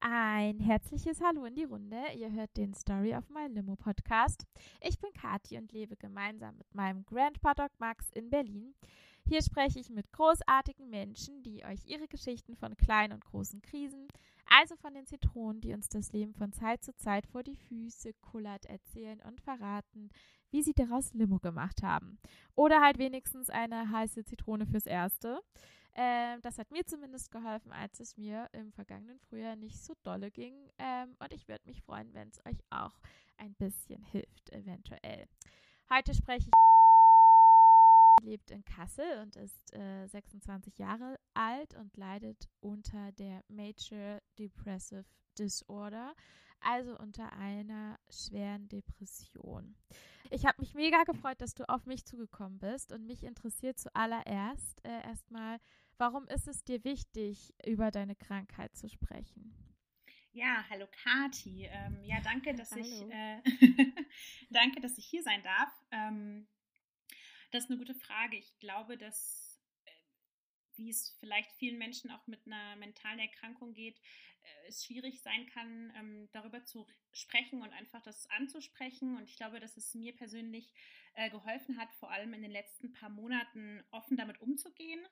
Ein herzliches Hallo in die Runde. Ihr hört den Story of My Limo Podcast. Ich bin Kathi und lebe gemeinsam mit meinem Grandpa Dog Max in Berlin. Hier spreche ich mit großartigen Menschen, die euch ihre Geschichten von kleinen und großen Krisen, also von den Zitronen, die uns das Leben von Zeit zu Zeit vor die Füße kullert, erzählen und verraten, wie sie daraus Limo gemacht haben. Oder halt wenigstens eine heiße Zitrone fürs Erste. Das hat mir zumindest geholfen, als es mir im vergangenen Frühjahr nicht so dolle ging. Und ich würde mich freuen, wenn es euch auch ein bisschen hilft, eventuell. Heute spreche ich. Sie lebt in Kassel und ist 26 Jahre alt und leidet unter der Major Depressive Disorder, also unter einer schweren Depression. Ich habe mich mega gefreut, dass du auf mich zugekommen bist und mich interessiert zuallererst erstmal, warum ist es dir wichtig, über deine Krankheit zu sprechen? Ja, hallo Kati. Danke, dass ich Hallo. danke, dass ich hier sein darf. Das ist eine gute Frage. Ich glaube, dass wie es vielleicht vielen Menschen auch mit einer mentalen Erkrankung geht, es schwierig sein kann, darüber zu sprechen und einfach das anzusprechen. Und ich glaube, dass es mir persönlich geholfen hat, vor allem in den letzten paar Monaten offen damit umzugehen.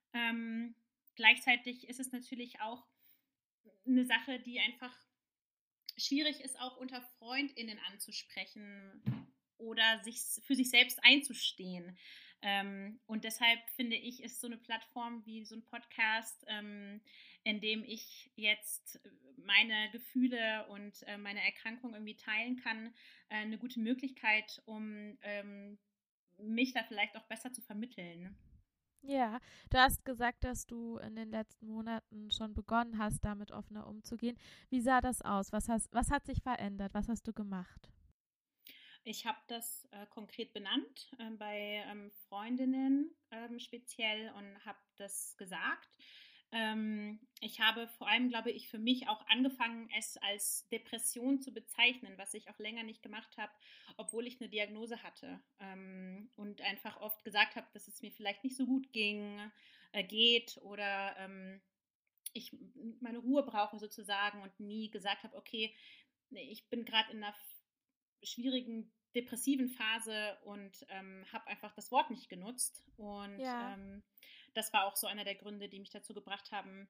Gleichzeitig ist es natürlich auch eine Sache, die einfach schwierig ist, auch unter FreundInnen anzusprechen oder für sich selbst einzustehen. Und deshalb finde ich, ist so eine Plattform wie so ein Podcast, in dem ich jetzt meine Gefühle und meine Erkrankung irgendwie teilen kann, eine gute Möglichkeit, um mich da vielleicht auch besser zu vermitteln. Ja, du hast gesagt, dass du in den letzten Monaten schon begonnen hast, damit offener umzugehen. Wie sah das aus? Was hat sich verändert? Was hast du gemacht? Ich habe das konkret benannt bei Freundinnen speziell und habe das gesagt. Ich habe vor allem, glaube ich, für mich auch angefangen, es als Depression zu bezeichnen, was ich auch länger nicht gemacht habe, obwohl ich eine Diagnose hatte und einfach oft gesagt habe, dass es mir vielleicht nicht so gut geht oder ich meine Ruhe brauche sozusagen und nie gesagt habe, okay, ich bin gerade in einer schwierigen depressiven Phase und habe einfach das Wort nicht genutzt. Und Ja. das war auch so einer der Gründe, die mich dazu gebracht haben,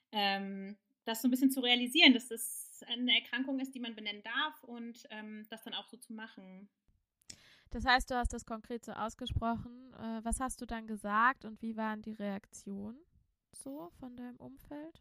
das so ein bisschen zu realisieren, dass das eine Erkrankung ist, die man benennen darf und das dann auch so zu machen. Das heißt, du hast das konkret so ausgesprochen. Was hast du dann gesagt und wie waren die Reaktionen so von deinem Umfeld?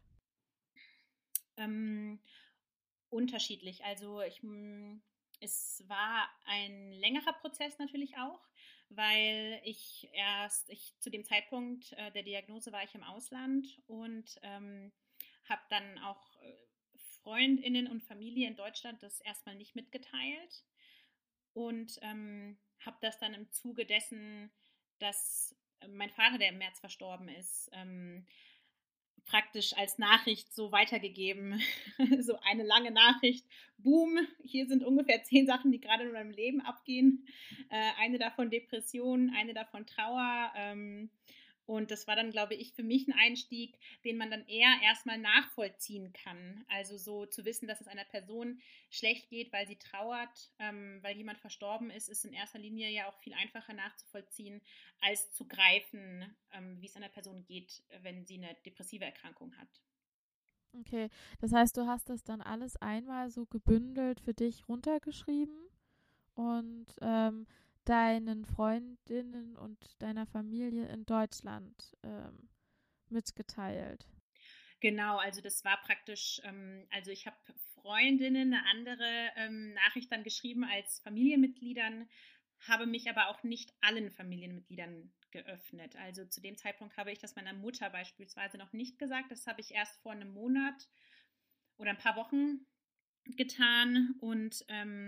Ähm, Unterschiedlich. Also es war ein längerer Prozess natürlich auch, weil ich zu dem Zeitpunkt der Diagnose war ich im Ausland und habe dann auch Freundinnen und Familie in Deutschland das erstmal nicht mitgeteilt und habe das dann im Zuge dessen, dass mein Vater, der im März verstorben ist, praktisch als Nachricht so weitergegeben. So eine lange Nachricht. Boom, hier sind ungefähr 10 Sachen, die gerade in meinem Leben abgehen. Eine davon Depression, eine davon Trauer. Und das war dann, glaube ich, für mich ein Einstieg, den man dann eher erstmal nachvollziehen kann. Also so zu wissen, dass es einer Person schlecht geht, weil sie trauert, weil jemand verstorben ist in erster Linie ja auch viel einfacher nachzuvollziehen, als zu greifen, wie es einer Person geht, wenn sie eine depressive Erkrankung hat. Okay, das heißt, du hast das dann alles einmal so gebündelt für dich runtergeschrieben und deinen Freundinnen und deiner Familie in Deutschland mitgeteilt. Genau, also das war praktisch, also ich habe Freundinnen eine andere Nachricht dann geschrieben als Familienmitgliedern, habe mich aber auch nicht allen Familienmitgliedern geöffnet. Also zu dem Zeitpunkt habe ich das meiner Mutter beispielsweise noch nicht gesagt. Das habe ich erst vor einem Monat oder ein paar Wochen getan und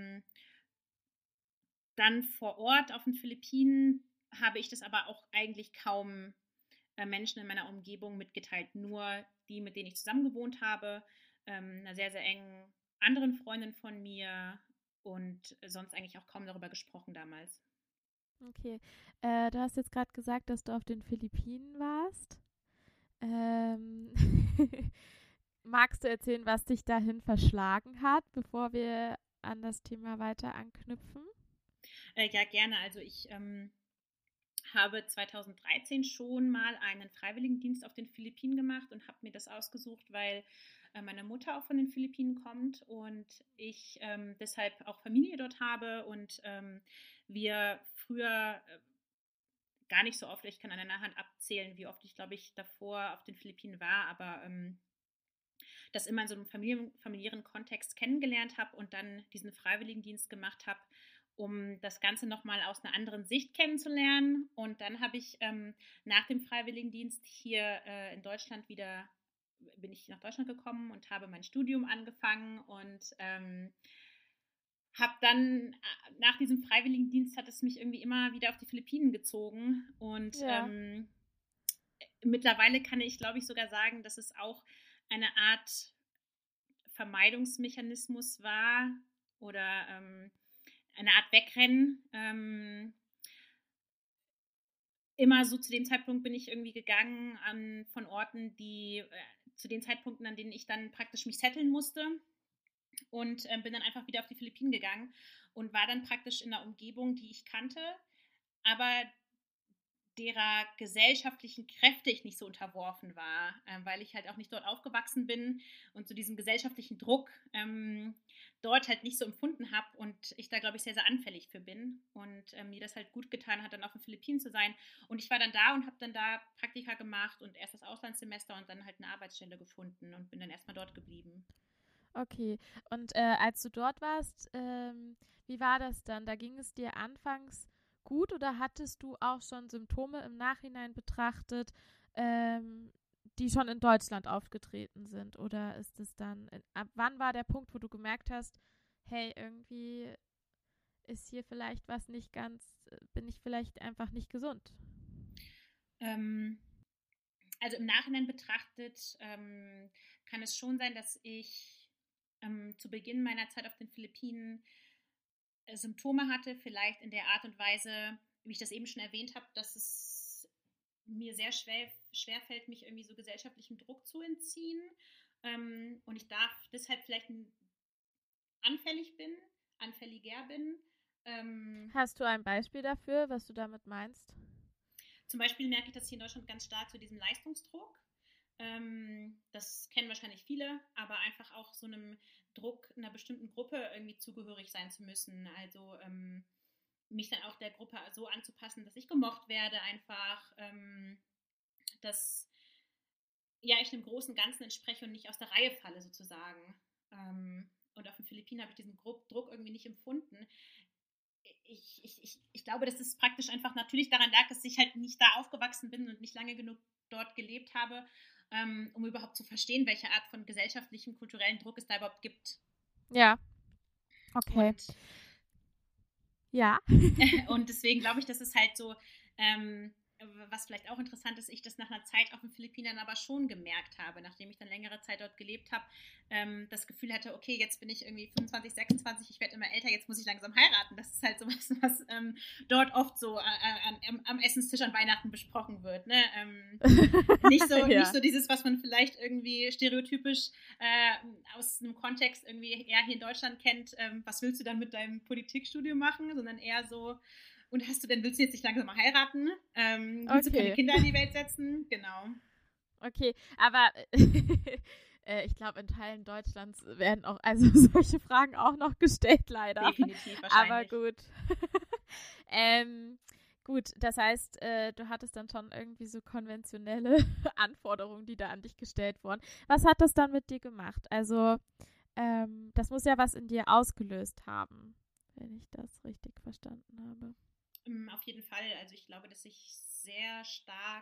dann vor Ort auf den Philippinen habe ich das aber auch eigentlich kaum Menschen in meiner Umgebung mitgeteilt. Nur die, mit denen ich zusammen gewohnt habe, einer sehr, sehr engen anderen Freundin von mir und sonst eigentlich auch kaum darüber gesprochen damals. Okay, du hast jetzt gerade gesagt, dass du auf den Philippinen warst. Ähm, magst du erzählen, was dich dahin verschlagen hat, bevor wir an das Thema weiter anknüpfen? Ja, gerne. Also ich habe 2013 schon mal einen Freiwilligendienst auf den Philippinen gemacht und habe mir das ausgesucht, weil meine Mutter auch von den Philippinen kommt und ich deshalb auch Familie dort habe und wir früher gar nicht so oft, ich kann an einer Hand abzählen, wie oft ich, glaube ich, davor auf den Philippinen war, aber das immer in so einem familiären Kontext kennengelernt habe und dann diesen Freiwilligendienst gemacht habe, um das Ganze nochmal aus einer anderen Sicht kennenzulernen. Und dann habe ich nach dem Freiwilligendienst hier in Deutschland bin ich nach Deutschland gekommen und habe mein Studium angefangen und habe dann nach diesem Freiwilligendienst hat es mich irgendwie immer wieder auf die Philippinen gezogen und Ja. mittlerweile kann ich, glaube ich, sogar sagen, dass es auch eine Art Vermeidungsmechanismus war oder eine Art Wegrennen. Immer so zu dem Zeitpunkt bin ich irgendwie gegangen von Orten, die zu den Zeitpunkten, an denen ich dann praktisch mich setteln musste und bin dann einfach wieder auf die Philippinen gegangen und war dann praktisch in einer Umgebung, die ich kannte, aber derer gesellschaftlichen Kräfte ich nicht so unterworfen war, weil ich halt auch nicht dort aufgewachsen bin und so diesen gesellschaftlichen Druck dort halt nicht so empfunden habe und ich da, glaube ich, sehr, sehr anfällig für bin und mir das halt gut getan hat, dann auf den Philippinen zu sein. Und ich war dann da und habe dann da Praktika gemacht und erst das Auslandssemester und dann halt eine Arbeitsstelle gefunden und bin dann erstmal dort geblieben. Okay. Und als du dort warst, wie war das dann? Da ging es dir anfangs gut oder hattest du auch schon Symptome im Nachhinein betrachtet, ähm, die schon in Deutschland aufgetreten sind? Oder ist es dann, ab wann war der Punkt, wo du gemerkt hast, hey, irgendwie ist hier vielleicht was nicht ganz, bin ich vielleicht einfach nicht gesund? Ähm, also im Nachhinein betrachtet kann es schon sein, dass ich zu Beginn meiner Zeit auf den Philippinen Symptome hatte, vielleicht in der Art und Weise, wie ich das eben schon erwähnt habe, dass es mir sehr schwer fällt, mich irgendwie so gesellschaftlichem Druck zu entziehen. Und ich darf deshalb vielleicht anfällig bin, anfälliger bin. Hast du ein Beispiel dafür, was du damit meinst? Zum Beispiel merke ich das hier in Deutschland ganz stark zu diesem Leistungsdruck. Das kennen wahrscheinlich viele, aber einfach auch so einem Druck, einer bestimmten Gruppe irgendwie zugehörig sein zu müssen. Also mich dann auch der Gruppe so anzupassen, dass ich gemocht werde, einfach, dass ja, ich dem großen Ganzen entspreche und nicht aus der Reihe falle sozusagen. Und auf den Philippinen habe ich diesen Druck irgendwie nicht empfunden. Ich glaube, dass es praktisch einfach natürlich daran lag, dass ich halt nicht da aufgewachsen bin und nicht lange genug dort gelebt habe, um überhaupt zu verstehen, welche Art von gesellschaftlichem, kulturellen Druck es da überhaupt gibt. Ja, okay. Und, Ja. und deswegen glaube ich, dass es halt so, was vielleicht auch interessant ist, ich das nach einer Zeit auf den Philippinen aber schon gemerkt habe, nachdem ich dann längere Zeit dort gelebt habe, das Gefühl hatte, okay, jetzt bin ich irgendwie 25, 26, ich werde immer älter, jetzt muss ich langsam heiraten. Das ist halt sowas, was dort oft so am Essenstisch an Weihnachten besprochen wird. Ne? Ja. Nicht so dieses, was man vielleicht irgendwie stereotypisch aus einem Kontext irgendwie eher hier in Deutschland kennt, was willst du dann mit deinem Politikstudium machen, sondern eher so, und willst du jetzt nicht langsam mal heiraten? Willst du keine Okay. Kinder in die Welt setzen? Genau. Okay, aber ich glaube, in Teilen Deutschlands werden auch also solche Fragen auch noch gestellt, leider. Definitiv, Aber wahrscheinlich. gut. ähm, gut, das heißt, du hattest dann schon irgendwie so konventionelle Anforderungen, die da an dich gestellt wurden. Was hat das dann mit dir gemacht? Also, das muss ja was in dir ausgelöst haben, wenn ich das richtig verstanden habe. Auf jeden Fall. Also ich glaube, dass ich sehr stark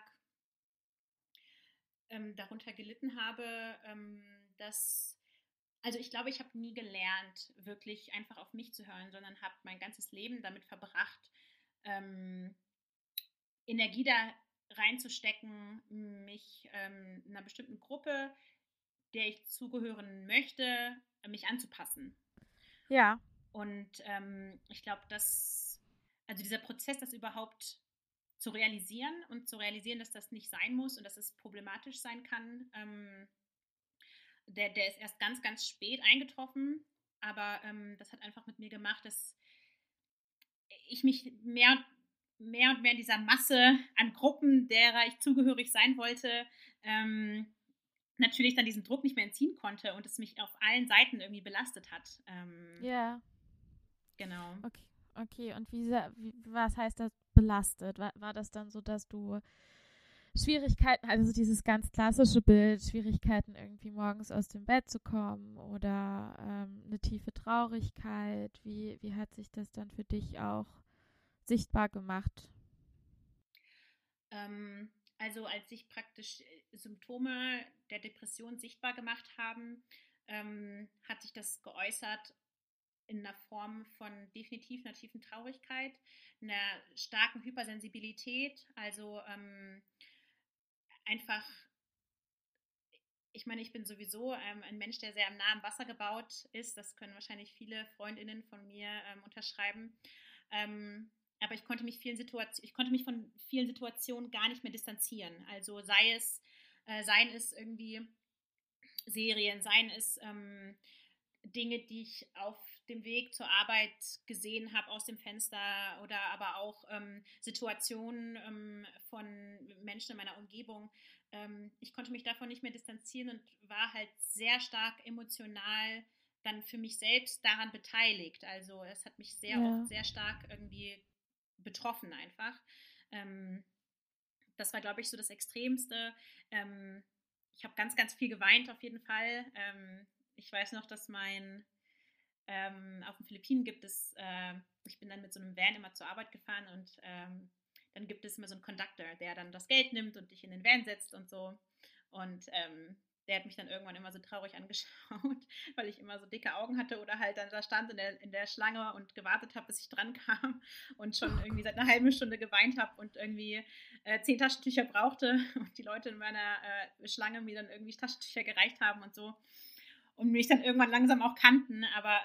darunter gelitten habe, dass, also ich glaube, ich habe nie gelernt, wirklich einfach auf mich zu hören, sondern habe mein ganzes Leben damit verbracht, ähm, Energie da reinzustecken, mich einer bestimmten Gruppe, der ich zugehören möchte, mich anzupassen. Ja. Und ich glaube, also dieser Prozess, das überhaupt zu realisieren und zu realisieren, dass das nicht sein muss und dass es problematisch sein kann, der ist erst ganz, ganz spät eingetroffen, aber das hat einfach mit mir gemacht, dass ich mich mehr und mehr in dieser Masse an Gruppen, derer ich zugehörig sein wollte, natürlich dann diesen Druck nicht mehr entziehen konnte und es mich auf allen Seiten irgendwie belastet hat. Ja, Genau. okay. Okay, und was heißt das belastet? War das dann so, dass du Schwierigkeiten, also so dieses ganz klassische Bild, Schwierigkeiten irgendwie morgens aus dem Bett zu kommen oder eine tiefe Traurigkeit? Wie hat sich das dann für dich auch sichtbar gemacht? Also als sich praktisch Symptome der Depression sichtbar gemacht haben, hat sich das geäußert in einer Form von definitiv einer tiefen Traurigkeit, einer starken Hypersensibilität, also einfach, ich meine, ich bin sowieso ein Mensch, der sehr nah am Wasser gebaut ist. Das können wahrscheinlich viele Freundinnen von mir unterschreiben. Aber ich konnte mich von vielen Situationen gar nicht mehr distanzieren. Also seien es irgendwie Serien, seien es Dinge, die ich auf dem Weg zur Arbeit gesehen habe aus dem Fenster oder aber auch Situationen von Menschen in meiner Umgebung. Ich konnte mich davon nicht mehr distanzieren und war halt sehr stark emotional dann für mich selbst daran beteiligt. Also es hat mich sehr oft Ja, sehr stark irgendwie betroffen einfach. Das war, glaube ich, so das Extremste. Ähm, Ich habe ganz, ganz viel geweint auf jeden Fall. Ich weiß noch, dass auf den Philippinen gibt es, ich bin dann mit so einem Van immer zur Arbeit gefahren und dann gibt es immer so einen Conductor, der dann das Geld nimmt und dich in den Van setzt und so. Und der hat mich dann irgendwann immer so traurig angeschaut, weil ich immer so dicke Augen hatte oder halt dann da stand in der Schlange und gewartet habe, bis ich dran kam und schon irgendwie seit einer halben Stunde geweint habe und irgendwie 10 Taschentücher brauchte und die Leute in meiner Schlange mir dann irgendwie Taschentücher gereicht haben und so und mich dann irgendwann langsam auch kannten, aber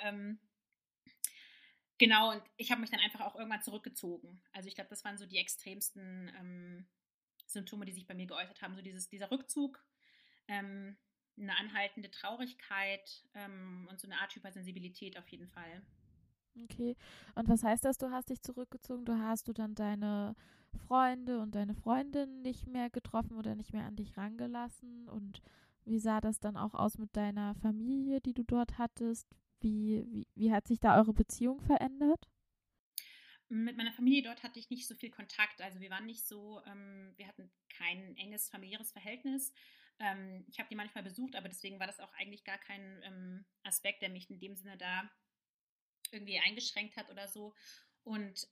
genau, und ich habe mich dann einfach auch irgendwann zurückgezogen. Also ich glaube, das waren so die extremsten Symptome, die sich bei mir geäußert haben. So dieser Rückzug, ähm, eine anhaltende Traurigkeit und so eine Art Hypersensibilität auf jeden Fall. okay. Und was heißt das, du hast dich zurückgezogen? Hast du dann deine Freunde und deine Freundin nicht mehr getroffen oder nicht mehr an dich rangelassen? Und wie sah das dann auch aus mit deiner Familie, die du dort hattest? Wie hat sich da eure Beziehung verändert? Mit meiner Familie dort hatte ich nicht so viel Kontakt. Also wir waren nicht so, wir hatten kein enges familiäres Verhältnis. Ich habe die manchmal besucht, aber deswegen war das auch eigentlich gar kein Aspekt, der mich in dem Sinne da irgendwie eingeschränkt hat oder so. Und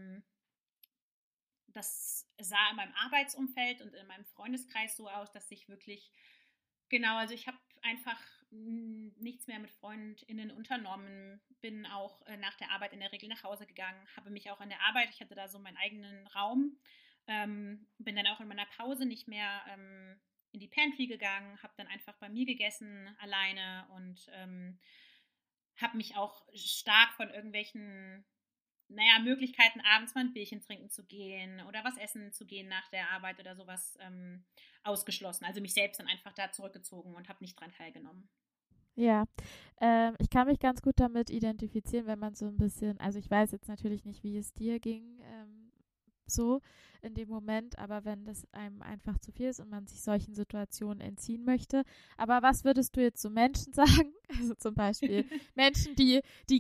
das sah in meinem Arbeitsumfeld und in meinem Freundeskreis so aus, dass ich wirklich, genau, also ich habe einfach nichts mehr mit FreundInnen unternommen, bin auch nach der Arbeit in der Regel nach Hause gegangen, habe mich auch in der Arbeit, ich hatte da so meinen eigenen Raum, bin dann auch in meiner Pause nicht mehr in die Pantry gegangen, habe dann einfach bei mir gegessen alleine und habe mich auch stark von irgendwelchen Möglichkeiten, abends mal ein Bierchen trinken zu gehen oder was essen zu gehen nach der Arbeit oder sowas ausgeschlossen. Also mich selbst dann einfach da zurückgezogen und habe nicht dran teilgenommen. Ja, ich kann mich ganz gut damit identifizieren, wenn man so ein bisschen, also ich weiß jetzt natürlich nicht, wie es dir ging, so in dem Moment, aber wenn das einem einfach zu viel ist und man sich solchen Situationen entziehen möchte. Aber was würdest du jetzt so Menschen sagen? Also zum Beispiel Menschen, die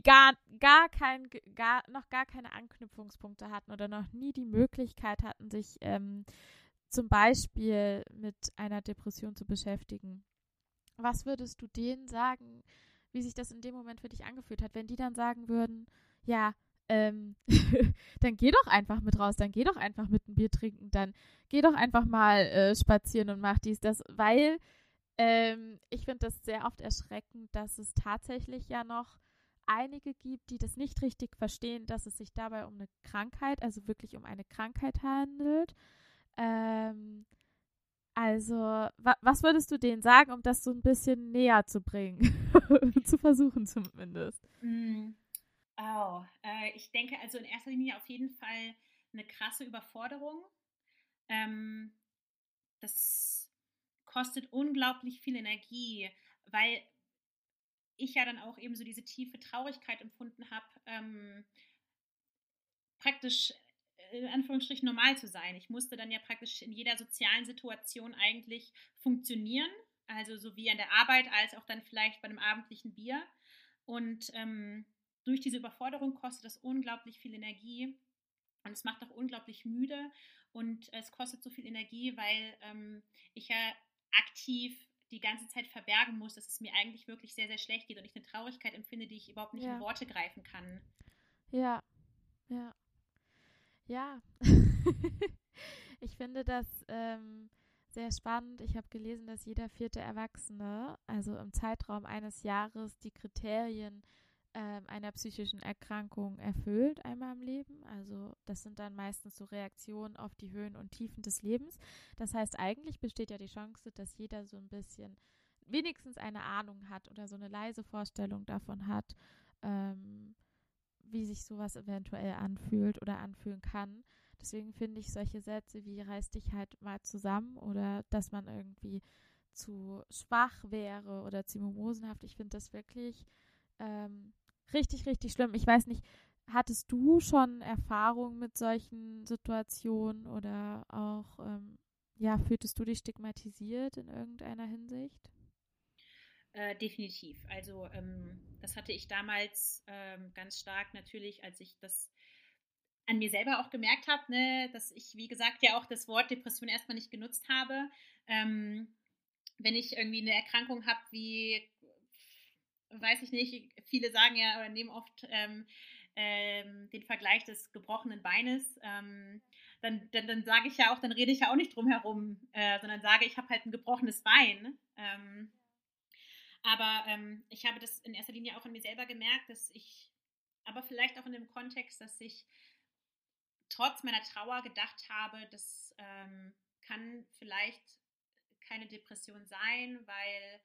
noch gar keine Anknüpfungspunkte hatten oder noch nie die Möglichkeit hatten, sich zum Beispiel mit einer Depression zu beschäftigen. Was würdest du denen sagen, wie sich das in dem Moment für dich angefühlt hat, wenn die dann sagen würden, ja, dann geh doch einfach mit raus, dann geh doch einfach mit ein Bier trinken, dann geh doch einfach mal spazieren und mach dies, das, weil ich finde das sehr oft erschreckend, dass es tatsächlich ja noch einige gibt, die das nicht richtig verstehen, dass es sich dabei um eine Krankheit, also wirklich um eine Krankheit handelt. Ähm, also, was würdest du denen sagen, um das so ein bisschen näher zu bringen? Zu versuchen zumindest. Mm. Oh, ich denke also in erster Linie auf jeden Fall eine krasse Überforderung. Ähm, Das kostet unglaublich viel Energie, weil ich ja dann auch eben so diese tiefe Traurigkeit empfunden habe, praktisch in Anführungsstrichen normal zu sein. Ich musste dann ja praktisch in jeder sozialen Situation eigentlich funktionieren, also sowie an der Arbeit als auch dann vielleicht bei einem abendlichen Bier. Und durch diese Überforderung kostet das unglaublich viel Energie und es macht auch unglaublich müde und es kostet so viel Energie, weil ich ja aktiv die ganze Zeit verbergen muss, dass es mir eigentlich wirklich sehr, sehr schlecht geht und ich eine Traurigkeit empfinde, die ich überhaupt nicht in Ja, Worte greifen kann. ja, ja, ja. Ich finde das sehr spannend. Ich habe gelesen, dass jeder 4. Erwachsene, also im Zeitraum eines Jahres, die Kriterien einer psychischen Erkrankung erfüllt, einmal im Leben. Also das sind dann meistens so Reaktionen auf die Höhen und Tiefen des Lebens. Das heißt, eigentlich besteht ja die Chance, dass jeder so ein bisschen wenigstens eine Ahnung hat oder so eine leise Vorstellung davon hat, wie sich sowas eventuell anfühlt oder anfühlen kann. Deswegen finde ich solche Sätze wie reiß dich halt mal zusammen oder dass man irgendwie zu schwach wäre oder zu mimosenhaft. Ich finde das wirklich richtig, richtig schlimm. Ich weiß nicht, hattest du schon Erfahrung mit solchen Situationen oder auch, ja, fühltest du dich stigmatisiert in irgendeiner Hinsicht? Definitiv. Also das hatte ich damals ganz stark natürlich, als ich das an mir selber auch gemerkt habe, ne, dass ich, wie gesagt, ja auch das Wort Depression erstmal nicht genutzt habe. Wenn ich irgendwie eine Erkrankung habe, wie, weiß ich nicht, viele sagen ja oder nehmen oft den Vergleich des gebrochenen Beines, dann sage ich ja auch, dann rede ich ja auch nicht drum herum, sondern sage, ich habe halt ein gebrochenes Bein. Aber ich habe das in erster Linie auch an mir selber gemerkt, dass ich, aber vielleicht auch in dem Kontext, dass ich trotz meiner Trauer gedacht habe, das kann vielleicht keine Depression sein, weil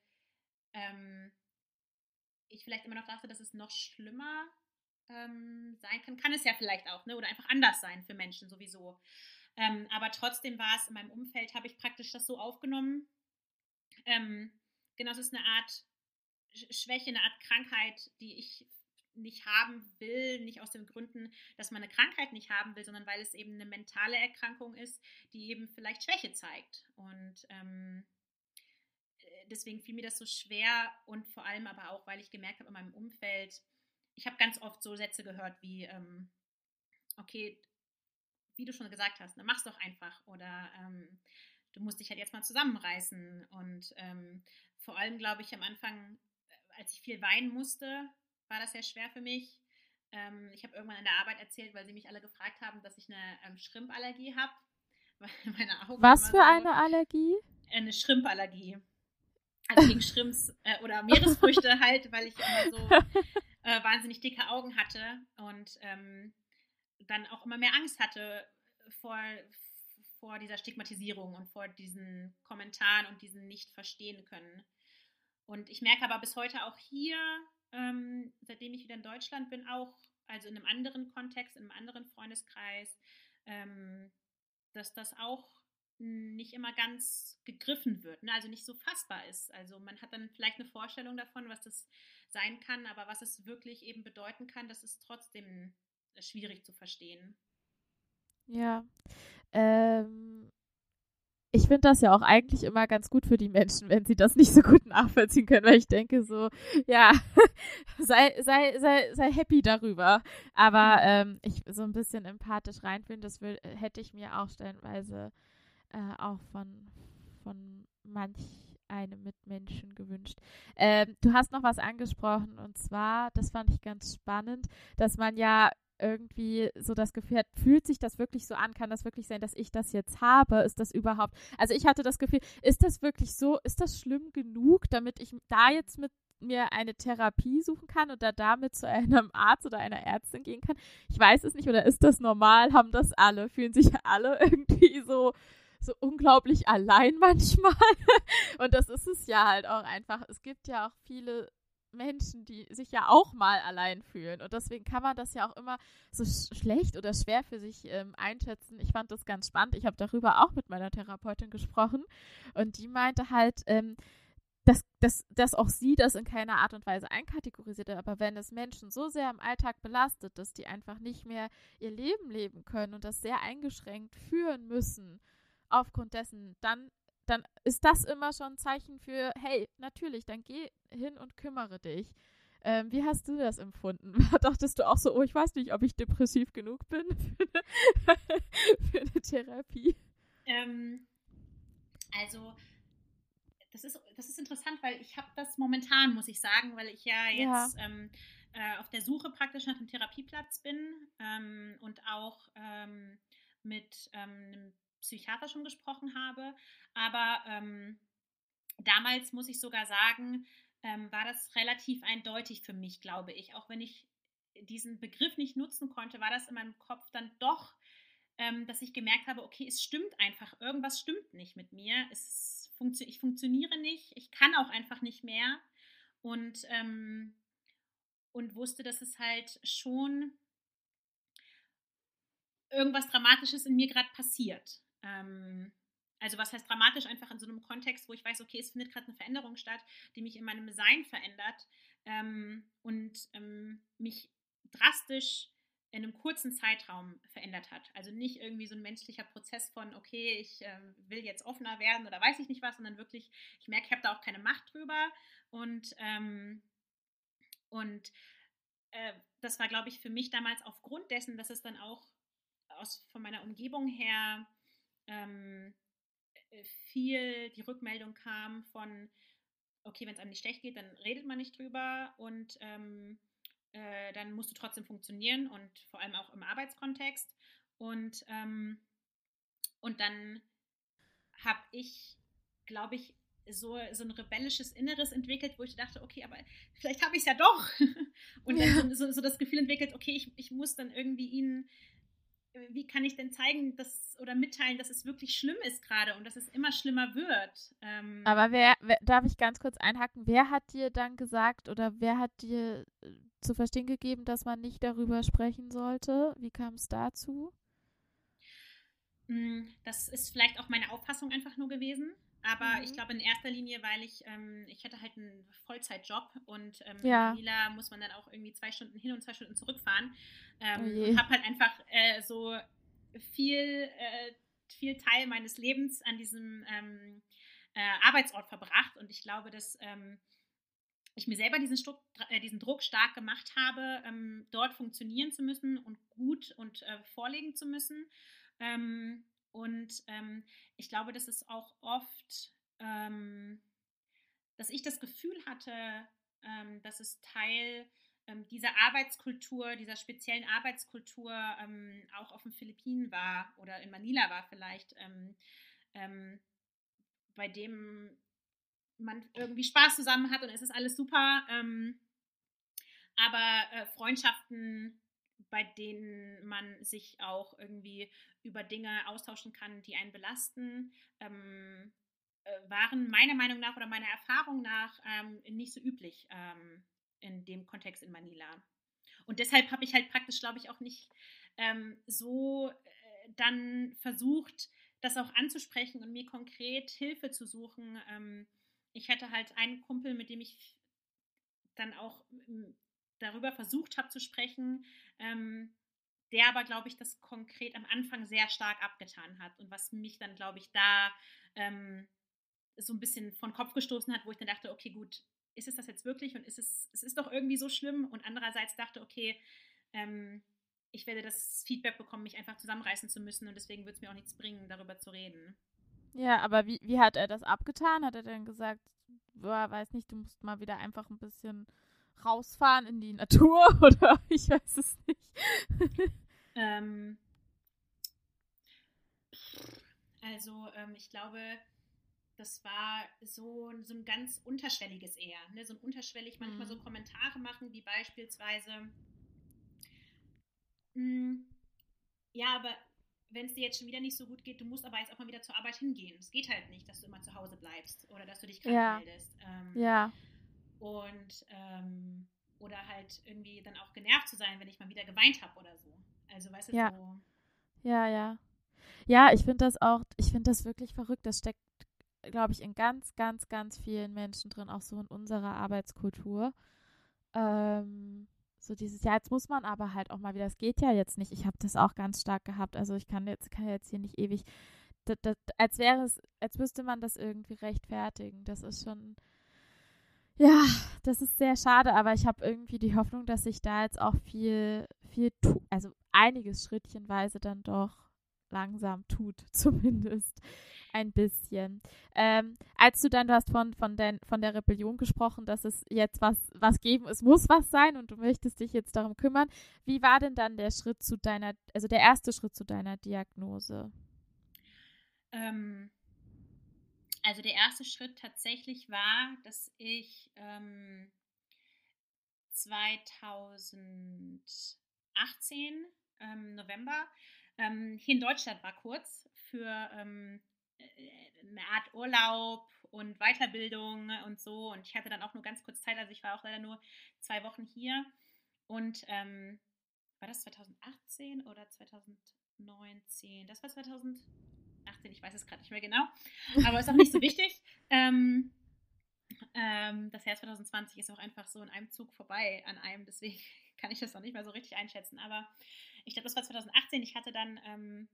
ich vielleicht immer noch dachte, dass es noch schlimmer sein kann. Kann es ja vielleicht auch, ne? Oder einfach anders sein für Menschen sowieso. Aber trotzdem war es in meinem Umfeld, habe ich praktisch das so aufgenommen. Genau, es ist eine Art Schwäche, eine Art Krankheit, die ich nicht haben will, nicht aus den Gründen, dass man eine Krankheit nicht haben will, sondern weil es eben eine mentale Erkrankung ist, die eben vielleicht Schwäche zeigt. Und deswegen fiel mir das so schwer und vor allem aber auch, weil ich gemerkt habe in meinem Umfeld, ich habe ganz oft so Sätze gehört wie, okay, wie du schon gesagt hast, ne, mach's doch einfach oder du musst dich halt jetzt mal zusammenreißen. Und vor allem, glaube ich, am Anfang, als ich viel weinen musste, war das sehr schwer für mich. Ich habe irgendwann in der Arbeit erzählt, weil sie mich alle gefragt haben, dass ich eine Schrimpallergie habe, weil meine Augen Was immer für so, eine Allergie? eine Schrimpallergie. Also gegen Shrimps oder Meeresfrüchte halt, weil ich immer so wahnsinnig dicke Augen hatte und dann auch immer mehr Angst hatte vor dieser Stigmatisierung und vor diesen Kommentaren und diesen nicht verstehen können. Und ich merke aber bis heute auch hier, seitdem ich wieder in Deutschland bin, auch, also in einem anderen Kontext, in einem anderen Freundeskreis, dass das auch nicht immer ganz gegriffen wird, ne? Also nicht so fassbar ist. Also man hat dann vielleicht eine Vorstellung davon, was das sein kann, aber was es wirklich eben bedeuten kann, das ist trotzdem schwierig zu verstehen. Ja. Ähm, Ich finde das ja auch eigentlich immer ganz gut für die Menschen, wenn sie das nicht so gut nachvollziehen können, weil ich denke so, ja, sei happy darüber. Aber ich so ein bisschen empathisch reinfühlen, hätte ich mir auch stellenweise auch von manch einem Mitmenschen gewünscht. Du hast noch was angesprochen und zwar, das fand ich ganz spannend, dass man ja irgendwie so das Gefühl hat, fühlt sich das wirklich so an? Kann das wirklich sein, dass ich das jetzt habe? Ist das überhaupt, also ich hatte das Gefühl, ist das wirklich so, ist das schlimm genug, damit ich da jetzt mit mir eine Therapie suchen kann oder damit zu einem Arzt oder einer Ärztin gehen kann? Ich weiß es nicht, oder ist das normal? Haben das alle? Fühlen sich alle irgendwie so unglaublich allein manchmal? Und das ist es ja halt auch einfach. Es gibt ja auch viele Menschen, die sich ja auch mal allein fühlen. Und deswegen kann man das ja auch immer so schlecht oder schwer für sich einschätzen. Ich fand das ganz spannend. Ich habe darüber auch mit meiner Therapeutin gesprochen und die meinte halt, dass auch sie das in keiner Art und Weise einkategorisiert, aber wenn es Menschen so sehr im Alltag belastet, dass die einfach nicht mehr ihr Leben leben können und das sehr eingeschränkt führen müssen, aufgrund dessen, dann ist das immer schon ein Zeichen für, hey, natürlich, dann geh hin und kümmere dich. Wie hast du das empfunden? Dachtest du auch so, oh, ich weiß nicht, ob ich depressiv genug bin für eine Therapie? Also, das ist interessant, weil ich habe das momentan, muss ich sagen, weil ich ja jetzt auf der Suche praktisch nach einem Therapieplatz bin und auch mit einem Psychiater schon gesprochen habe. Aber damals, muss ich sogar sagen, war das relativ eindeutig für mich, glaube ich. Auch wenn ich diesen Begriff nicht nutzen konnte, war das in meinem Kopf dann doch, dass ich gemerkt habe, okay, es stimmt einfach, irgendwas stimmt nicht mit mir. Ich funktioniere nicht, ich kann auch einfach nicht mehr und wusste, dass es halt schon irgendwas Dramatisches in mir gerade passiert. Also was heißt dramatisch? Einfach in so einem Kontext, wo ich weiß, okay, es findet gerade eine Veränderung statt, die mich in meinem Sein verändert und mich drastisch in einem kurzen Zeitraum verändert hat. Also nicht irgendwie so ein menschlicher Prozess von, okay, ich will jetzt offener werden oder weiß ich nicht was, sondern wirklich, ich merke, ich habe da auch keine Macht drüber und das war, glaube ich, für mich damals aufgrund dessen, dass es dann auch von meiner Umgebung her viel die Rückmeldung kam von, okay, wenn es einem nicht schlecht geht, dann redet man nicht drüber und dann musst du trotzdem funktionieren und vor allem auch im Arbeitskontext. Und dann habe ich, glaube ich, so ein rebellisches Inneres entwickelt, wo ich dachte, okay, aber vielleicht habe ich es ja doch. Und dann so das Gefühl entwickelt, okay, ich muss dann irgendwie ihnen, wie kann ich denn zeigen, oder mitteilen, dass es wirklich schlimm ist gerade und dass es immer schlimmer wird. Aber darf ich ganz kurz einhaken, wer hat dir dann gesagt oder wer hat dir zu verstehen gegeben, dass man nicht darüber sprechen sollte? Wie kam es dazu? Das ist vielleicht auch meine Auffassung einfach nur gewesen. Aber ich glaube in erster Linie, weil ich hatte halt einen Vollzeitjob und in Manila muss man dann auch irgendwie 2 Stunden hin und 2 Stunden zurückfahren. Und habe halt einfach so viel Teil meines Lebens an diesem Arbeitsort verbracht. Und ich glaube, dass ich mir selber diesen Druck stark gemacht habe, dort funktionieren zu müssen und gut und vorlegen zu müssen. Ich glaube, dass es auch oft, dass ich das Gefühl hatte, dass es Teil dieser Arbeitskultur, dieser speziellen Arbeitskultur auch auf den Philippinen war oder in Manila war vielleicht, bei dem man irgendwie Spaß zusammen hat und es ist alles super, aber Freundschaften, bei denen man sich auch irgendwie über Dinge austauschen kann, die einen belasten, waren meiner Meinung nach oder meiner Erfahrung nach nicht so üblich in dem Kontext in Manila. Und deshalb habe ich halt praktisch, glaube ich, auch nicht so dann versucht, das auch anzusprechen und mir konkret Hilfe zu suchen. Ich hatte halt einen Kumpel, mit dem ich dann auch darüber versucht habe zu sprechen, der aber, glaube ich, das konkret am Anfang sehr stark abgetan hat und was mich dann, glaube ich, da so ein bisschen von Kopf gestoßen hat, wo ich dann dachte, okay, gut, ist es das jetzt wirklich und es ist doch irgendwie so schlimm und andererseits dachte, okay, ich werde das Feedback bekommen, mich einfach zusammenreißen zu müssen und deswegen wird es mir auch nichts bringen, darüber zu reden. Ja, aber wie hat er das abgetan? Hat er dann gesagt, boah, weiß nicht, du musst mal wieder einfach ein bisschen rausfahren in die Natur oder ich weiß es nicht. Ich glaube, das war so ein ganz unterschwelliges eher, ne? So ein unterschwellig manchmal so Kommentare machen, wie beispielsweise ja, aber wenn es dir jetzt schon wieder nicht so gut geht, du musst aber jetzt auch mal wieder zur Arbeit hingehen. Es geht halt nicht, dass du immer zu Hause bleibst oder dass du dich krank meldest. Oder halt irgendwie dann auch genervt zu sein, wenn ich mal wieder geweint habe oder so. Also, weißt du, so. Ja, ich finde das wirklich verrückt. Das steckt glaube ich, in ganz, ganz, ganz vielen Menschen drin, auch so in unserer Arbeitskultur. So dieses, ja, jetzt muss man aber halt auch mal wieder, das geht ja jetzt nicht. Ich habe das auch ganz stark gehabt. Also ich kann jetzt hier nicht ewig, als müsste man das irgendwie rechtfertigen. Das ist schon, ja, das ist sehr schade, aber ich habe irgendwie die Hoffnung, dass sich da jetzt auch also einiges schrittchenweise dann doch langsam tut, zumindest ein bisschen. Als du hast von der Rebellion gesprochen, dass es jetzt was geben, es muss was sein und du möchtest dich jetzt darum kümmern. Wie war denn dann der erste Schritt zu deiner Diagnose? Also der erste Schritt tatsächlich war, dass ich 2018 November hier in Deutschland war kurz für eine Art Urlaub und Weiterbildung und so. Und ich hatte dann auch nur ganz kurz Zeit, also ich war auch leider nur 2 Wochen hier. Und war das 2018 oder 2019? Das war 2018, ich weiß es gerade nicht mehr genau, aber ist auch nicht so wichtig. Das Jahr 2020 ist auch einfach so in einem Zug vorbei an einem, deswegen kann ich das noch nicht mal so richtig einschätzen. Aber ich glaube, das war 2018. Ich hatte dann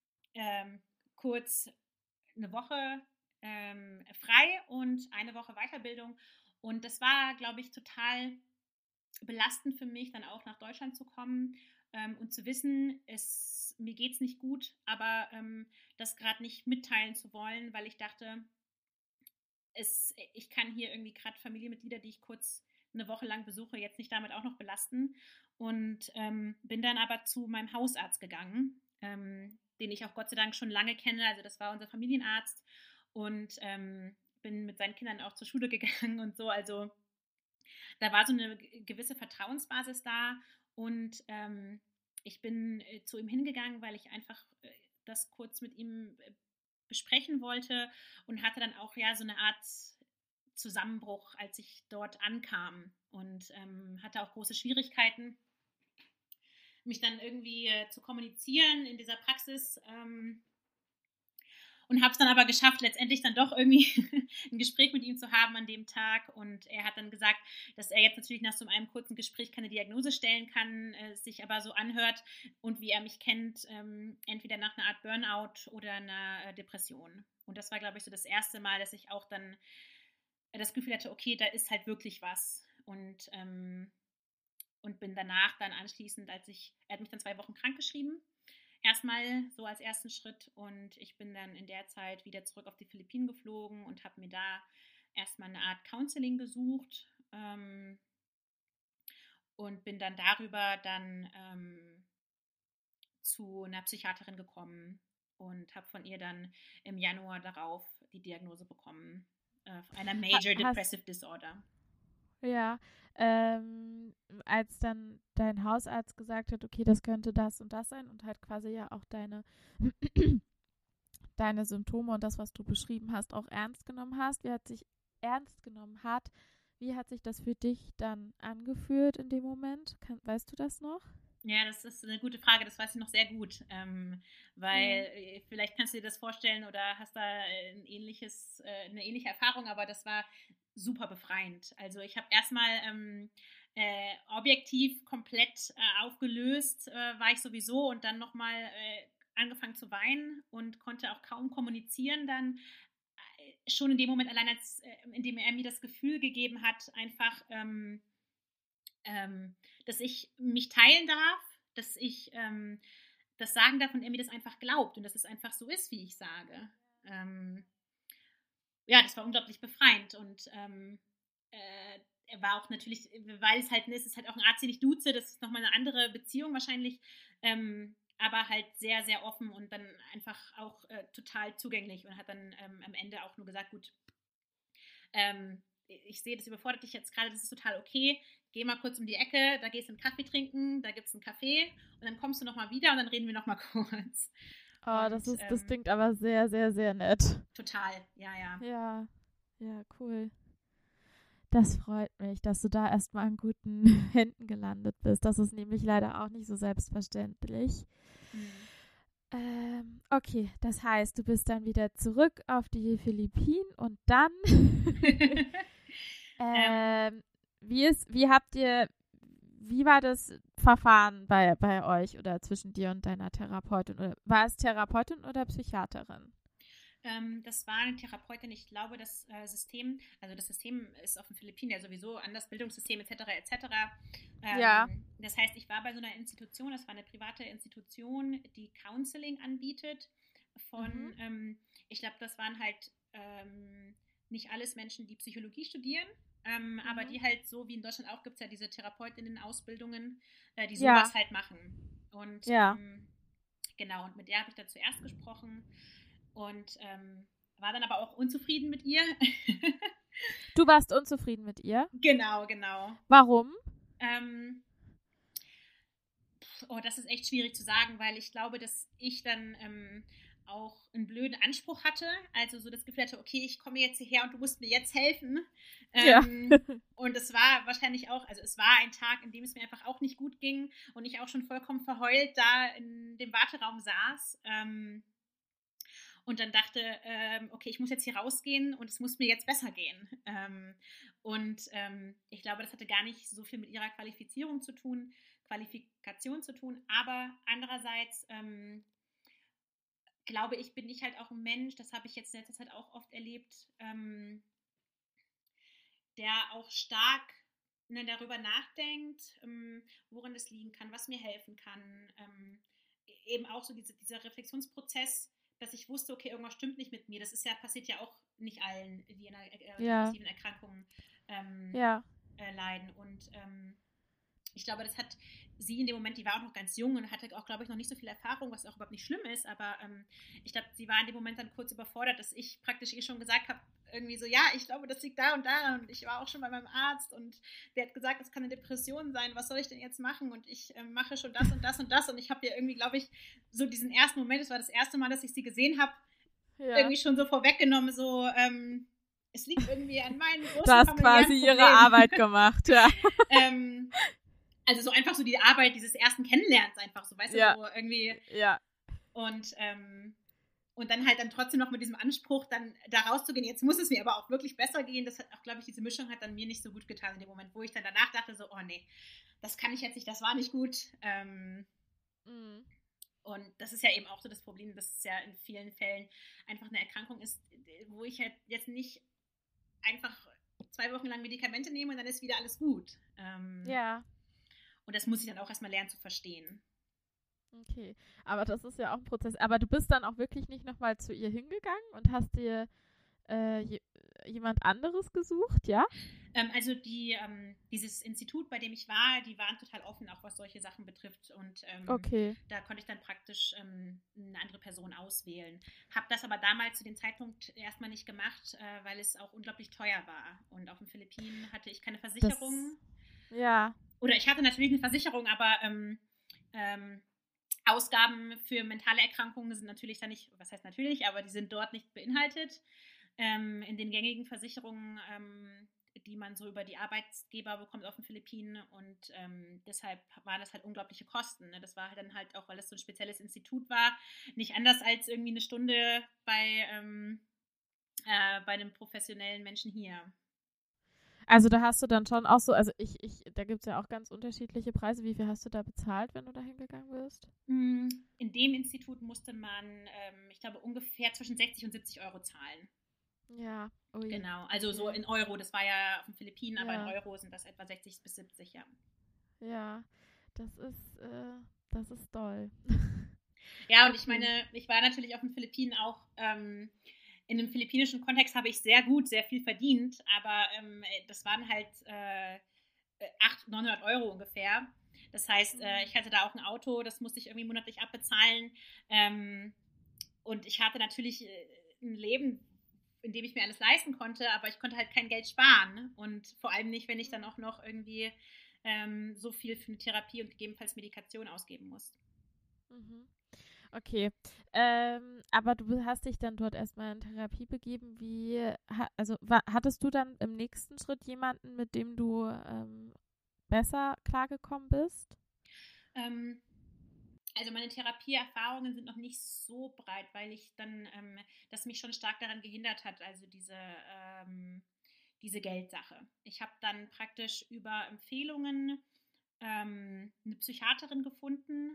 kurz eine Woche frei und eine Woche Weiterbildung. Und das war, glaube ich, total belastend für mich, dann auch nach Deutschland zu kommen und zu wissen, mir geht es nicht gut, aber das gerade nicht mitteilen zu wollen, weil ich dachte, ich kann hier irgendwie gerade Familienmitglieder, die ich kurz eine Woche lang besuche, jetzt nicht damit auch noch belasten. Und bin dann aber zu meinem Hausarzt gegangen, den ich auch Gott sei Dank schon lange kenne. Also das war unser Familienarzt und bin mit seinen Kindern auch zur Schule gegangen und so. Also da war so eine gewisse Vertrauensbasis da und ich bin zu ihm hingegangen, weil ich einfach das kurz mit ihm besprechen wollte und hatte dann auch ja so eine Art Zusammenbruch, als ich dort ankam und hatte auch große Schwierigkeiten, mich dann irgendwie zu kommunizieren in dieser Praxis und habe es dann aber geschafft, letztendlich dann doch irgendwie ein Gespräch mit ihm zu haben an dem Tag. Und er hat dann gesagt, dass er jetzt natürlich nach so einem kurzen Gespräch keine Diagnose stellen kann, sich aber so anhört und wie er mich kennt, entweder nach einer Art Burnout oder einer Depression. Und das war, glaube ich, so das erste Mal, dass ich auch dann das Gefühl hatte, okay, da ist halt wirklich was. Und bin danach dann anschließend, er hat mich dann 2 Wochen krank geschrieben, erstmal so als ersten Schritt, und ich bin dann in der Zeit wieder zurück auf die Philippinen geflogen und habe mir da erstmal eine Art Counseling gesucht und bin dann darüber dann zu einer Psychiaterin gekommen und habe von ihr dann im Januar darauf die Diagnose bekommen, einer Major Depressive Disorder. Ja, als dann dein Hausarzt gesagt hat, okay, das könnte das und das sein und halt quasi ja auch deine Symptome und das, was du beschrieben hast, auch ernst genommen hat, wie hat sich das für dich dann angefühlt in dem Moment? Weißt du das noch? Ja, das ist eine gute Frage, das weiß ich noch sehr gut, weil vielleicht kannst du dir das vorstellen oder hast da eine ähnliche Erfahrung, aber das war super befreiend. Also ich habe erstmal objektiv komplett aufgelöst, war ich sowieso, und dann nochmal angefangen zu weinen und konnte auch kaum kommunizieren dann, schon in dem Moment allein, in dem er mir das Gefühl gegeben hat, einfach dass ich mich teilen darf, dass ich das sagen darf und er mir das einfach glaubt und dass es einfach so ist, wie ich sage. Ja, das war unglaublich befreiend und er war auch natürlich, weil es ist halt auch ein Arzt, den ich duze, das ist nochmal eine andere Beziehung wahrscheinlich, aber halt sehr, sehr offen und dann einfach auch total zugänglich und hat dann am Ende auch nur gesagt, gut, ich sehe, das überfordert dich jetzt gerade, das ist total okay, geh mal kurz um die Ecke, da gehst du einen Kaffee trinken, da gibt es einen Kaffee und dann kommst du nochmal wieder und dann reden wir nochmal kurz. Oh, und, das klingt aber sehr, sehr, sehr nett. Total, ja, ja. Ja, cool. Das freut mich, dass du da erstmal in guten Händen gelandet bist. Das ist nämlich leider auch nicht so selbstverständlich. Okay, das heißt, du bist dann wieder zurück auf die Philippinen und dann Ähm, wie war das Verfahren bei euch oder zwischen dir und deiner Therapeutin? Oder war es Therapeutin oder Psychiaterin? Das war eine Therapeutin. Ich glaube, das System ist auf den Philippinen ja sowieso anders, Bildungssystem etc. etc. Ja. Das heißt, ich war bei so einer Institution, das war eine private Institution, die Counseling anbietet Mhm. ich glaube, das waren halt nicht alles Menschen, die Psychologie studieren, aber Mhm. die halt so wie in Deutschland auch gibt es ja diese Therapeutinnen-Ausbildungen, die Ja. sowas halt machen. Und Ja. genau, und mit der habe ich dann zuerst gesprochen und war dann aber auch unzufrieden mit ihr. Du warst unzufrieden mit ihr? Genau, genau. Warum? Ähm, das ist echt schwierig zu sagen, weil ich glaube, dass ich dann auch einen blöden Anspruch hatte. Also so das Gefühl hatte, okay, ich komme jetzt hierher und du musst mir jetzt helfen. Ja. Und es war wahrscheinlich auch, also es war ein Tag, in dem es mir einfach auch nicht gut ging und ich auch schon vollkommen verheult da in dem Warteraum saß. Und dann dachte, okay, ich muss jetzt hier rausgehen und es muss mir jetzt besser gehen. Ich glaube, das hatte gar nicht so viel mit ihrer Qualifikation zu tun, aber andererseits glaube ich, bin ich halt auch ein Mensch, das habe ich jetzt in letzter Zeit auch oft erlebt, der auch stark darüber nachdenkt, woran das liegen kann, was mir helfen kann. Eben auch so dieser Reflexionsprozess, dass ich wusste, okay, irgendwas stimmt nicht mit mir. Das passiert ja auch nicht allen, die an einer Ja. depressiven Erkrankung ähm, Ja. leiden. Und ich glaube, das hat sie in dem Moment, die war auch noch ganz jung und hatte auch, glaube ich, noch nicht so viel Erfahrung, was auch überhaupt nicht schlimm ist, aber ich glaube, sie war in dem Moment dann kurz überfordert, dass ich praktisch ihr schon gesagt habe, irgendwie so, ja, ich glaube, das liegt da und da und ich war auch schon bei meinem Arzt und der hat gesagt, das kann eine Depression sein, was soll ich denn jetzt machen und ich mache schon das und das und das und ich habe ihr irgendwie, glaube ich, so diesen ersten Moment, das war das erste Mal, dass ich sie gesehen habe, Ja. irgendwie schon so vorweggenommen, so, es liegt irgendwie an meinen Du großen hast quasi familiären ihre Problemen. Arbeit gemacht, ja. ähm, also so einfach so die Arbeit dieses ersten Kennenlernens einfach so, weißt du, Ja. so irgendwie Ja. und und dann halt dann trotzdem noch mit diesem Anspruch dann da rauszugehen, jetzt muss es mir aber auch wirklich besser gehen, das hat auch, glaube ich, diese Mischung hat dann mir nicht so gut getan in dem Moment, wo ich dann danach dachte so, oh nee, das kann ich jetzt nicht, das war nicht gut. Mhm. Und das ist ja eben auch so das Problem, dass es ja in vielen Fällen einfach eine Erkrankung ist, wo ich halt jetzt nicht einfach 2 Wochen lang Medikamente nehme und dann ist wieder alles gut. Ja. Und das muss ich dann auch erstmal lernen zu verstehen. Okay. Aber das ist ja auch ein Prozess. Aber du bist dann auch wirklich nicht nochmal zu ihr hingegangen und hast dir je jemand anderes gesucht, ja? Also dieses Institut, bei dem ich war, die waren total offen, auch was solche Sachen betrifft. Und Okay. da konnte ich dann praktisch eine andere Person auswählen. Habe das aber damals zu dem Zeitpunkt erstmal nicht gemacht, weil es auch unglaublich teuer war. Und auf den Philippinen hatte ich keine Das, Versicherung. ja. Oder ich hatte natürlich eine Versicherung, aber Ausgaben für mentale Erkrankungen sind natürlich da nicht, was heißt natürlich, aber die sind dort nicht beinhaltet. In den gängigen Versicherungen, die man so über die Arbeitgeber bekommt auf den Philippinen und deshalb waren das halt unglaubliche Kosten. Ne? Das war halt dann halt auch, weil es so ein spezielles Institut war, nicht anders als irgendwie eine Stunde bei einem professionellen Menschen hier. Also da hast du dann schon auch so, also da gibt es ja auch ganz unterschiedliche Preise. Wie viel hast du da bezahlt, wenn du da hingegangen bist? In dem Institut musste man, ich glaube, ungefähr zwischen 60 und 70 Euro zahlen. Ja, ui, Genau, also so okay. in Euro, das war ja auf den Philippinen, aber in Ja, Euro sind das etwa 60 bis 70, ja. ja, das ist doll. Ja, und ich meine, Okay. ich war natürlich auf den Philippinen auch, in dem philippinischen Kontext habe ich sehr gut, sehr viel verdient, aber das waren halt 800, 900 Euro ungefähr. Das heißt, Mhm. ich hatte da auch ein Auto, das musste ich irgendwie monatlich abbezahlen. Ähm, und ich hatte natürlich ein Leben, in dem ich mir alles leisten konnte, aber ich konnte halt kein Geld sparen. Und vor allem nicht, wenn ich dann auch noch irgendwie so viel für eine Therapie und gegebenenfalls Medikation ausgeben muss. Mhm. Okay. Aber du hast dich dann dort erstmal in Therapie begeben. Hattest du dann im nächsten Schritt jemanden, mit dem du besser klargekommen bist? Ähm, Also meine Therapieerfahrungen sind noch nicht so breit, weil ich dann, das mich schon stark daran gehindert hat, also diese Geldsache. Ich habe dann praktisch über Empfehlungen eine Psychiaterin gefunden,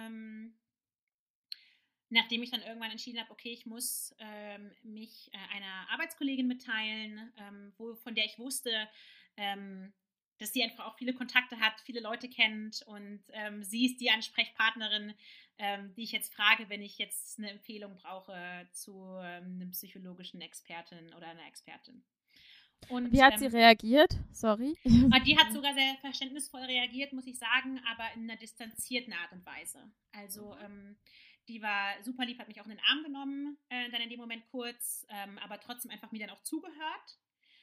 nachdem ich dann irgendwann entschieden habe, okay, ich muss mich einer Arbeitskollegin mitteilen, von der ich wusste, dass sie einfach auch viele Kontakte hat, viele Leute kennt und sie ist die Ansprechpartnerin, die ich jetzt frage, wenn ich jetzt eine Empfehlung brauche zu einem psychologischen Expertin oder einer Expertin. Und, wie hat sie reagiert? Sorry. Die hat sogar sehr verständnisvoll reagiert, muss ich sagen, aber in einer distanzierten Art und Weise. Also die war super lieb, hat mich auch in den Arm genommen, dann in dem Moment kurz, aber trotzdem einfach mir dann auch zugehört.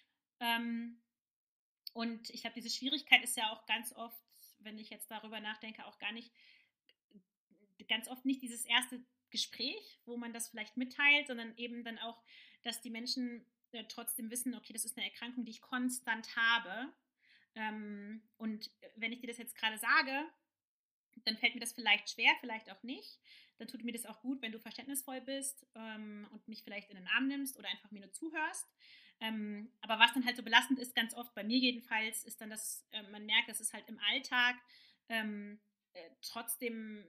Und ich glaube, diese Schwierigkeit ist ja auch ganz oft, wenn ich jetzt darüber nachdenke, auch ganz oft nicht dieses erste Gespräch, wo man das vielleicht mitteilt, sondern eben dann auch, dass die Menschen trotzdem wissen, okay, das ist eine Erkrankung, die ich konstant habe. Und wenn ich dir das jetzt gerade sage, dann fällt mir das vielleicht schwer, vielleicht auch nicht. Dann tut mir das auch gut, wenn du verständnisvoll bist und mich vielleicht in den Arm nimmst oder einfach mir nur zuhörst. Aber was dann halt so belastend ist, ganz oft bei mir jedenfalls, ist dann, dass man merkt, dass es halt im Alltag trotzdem,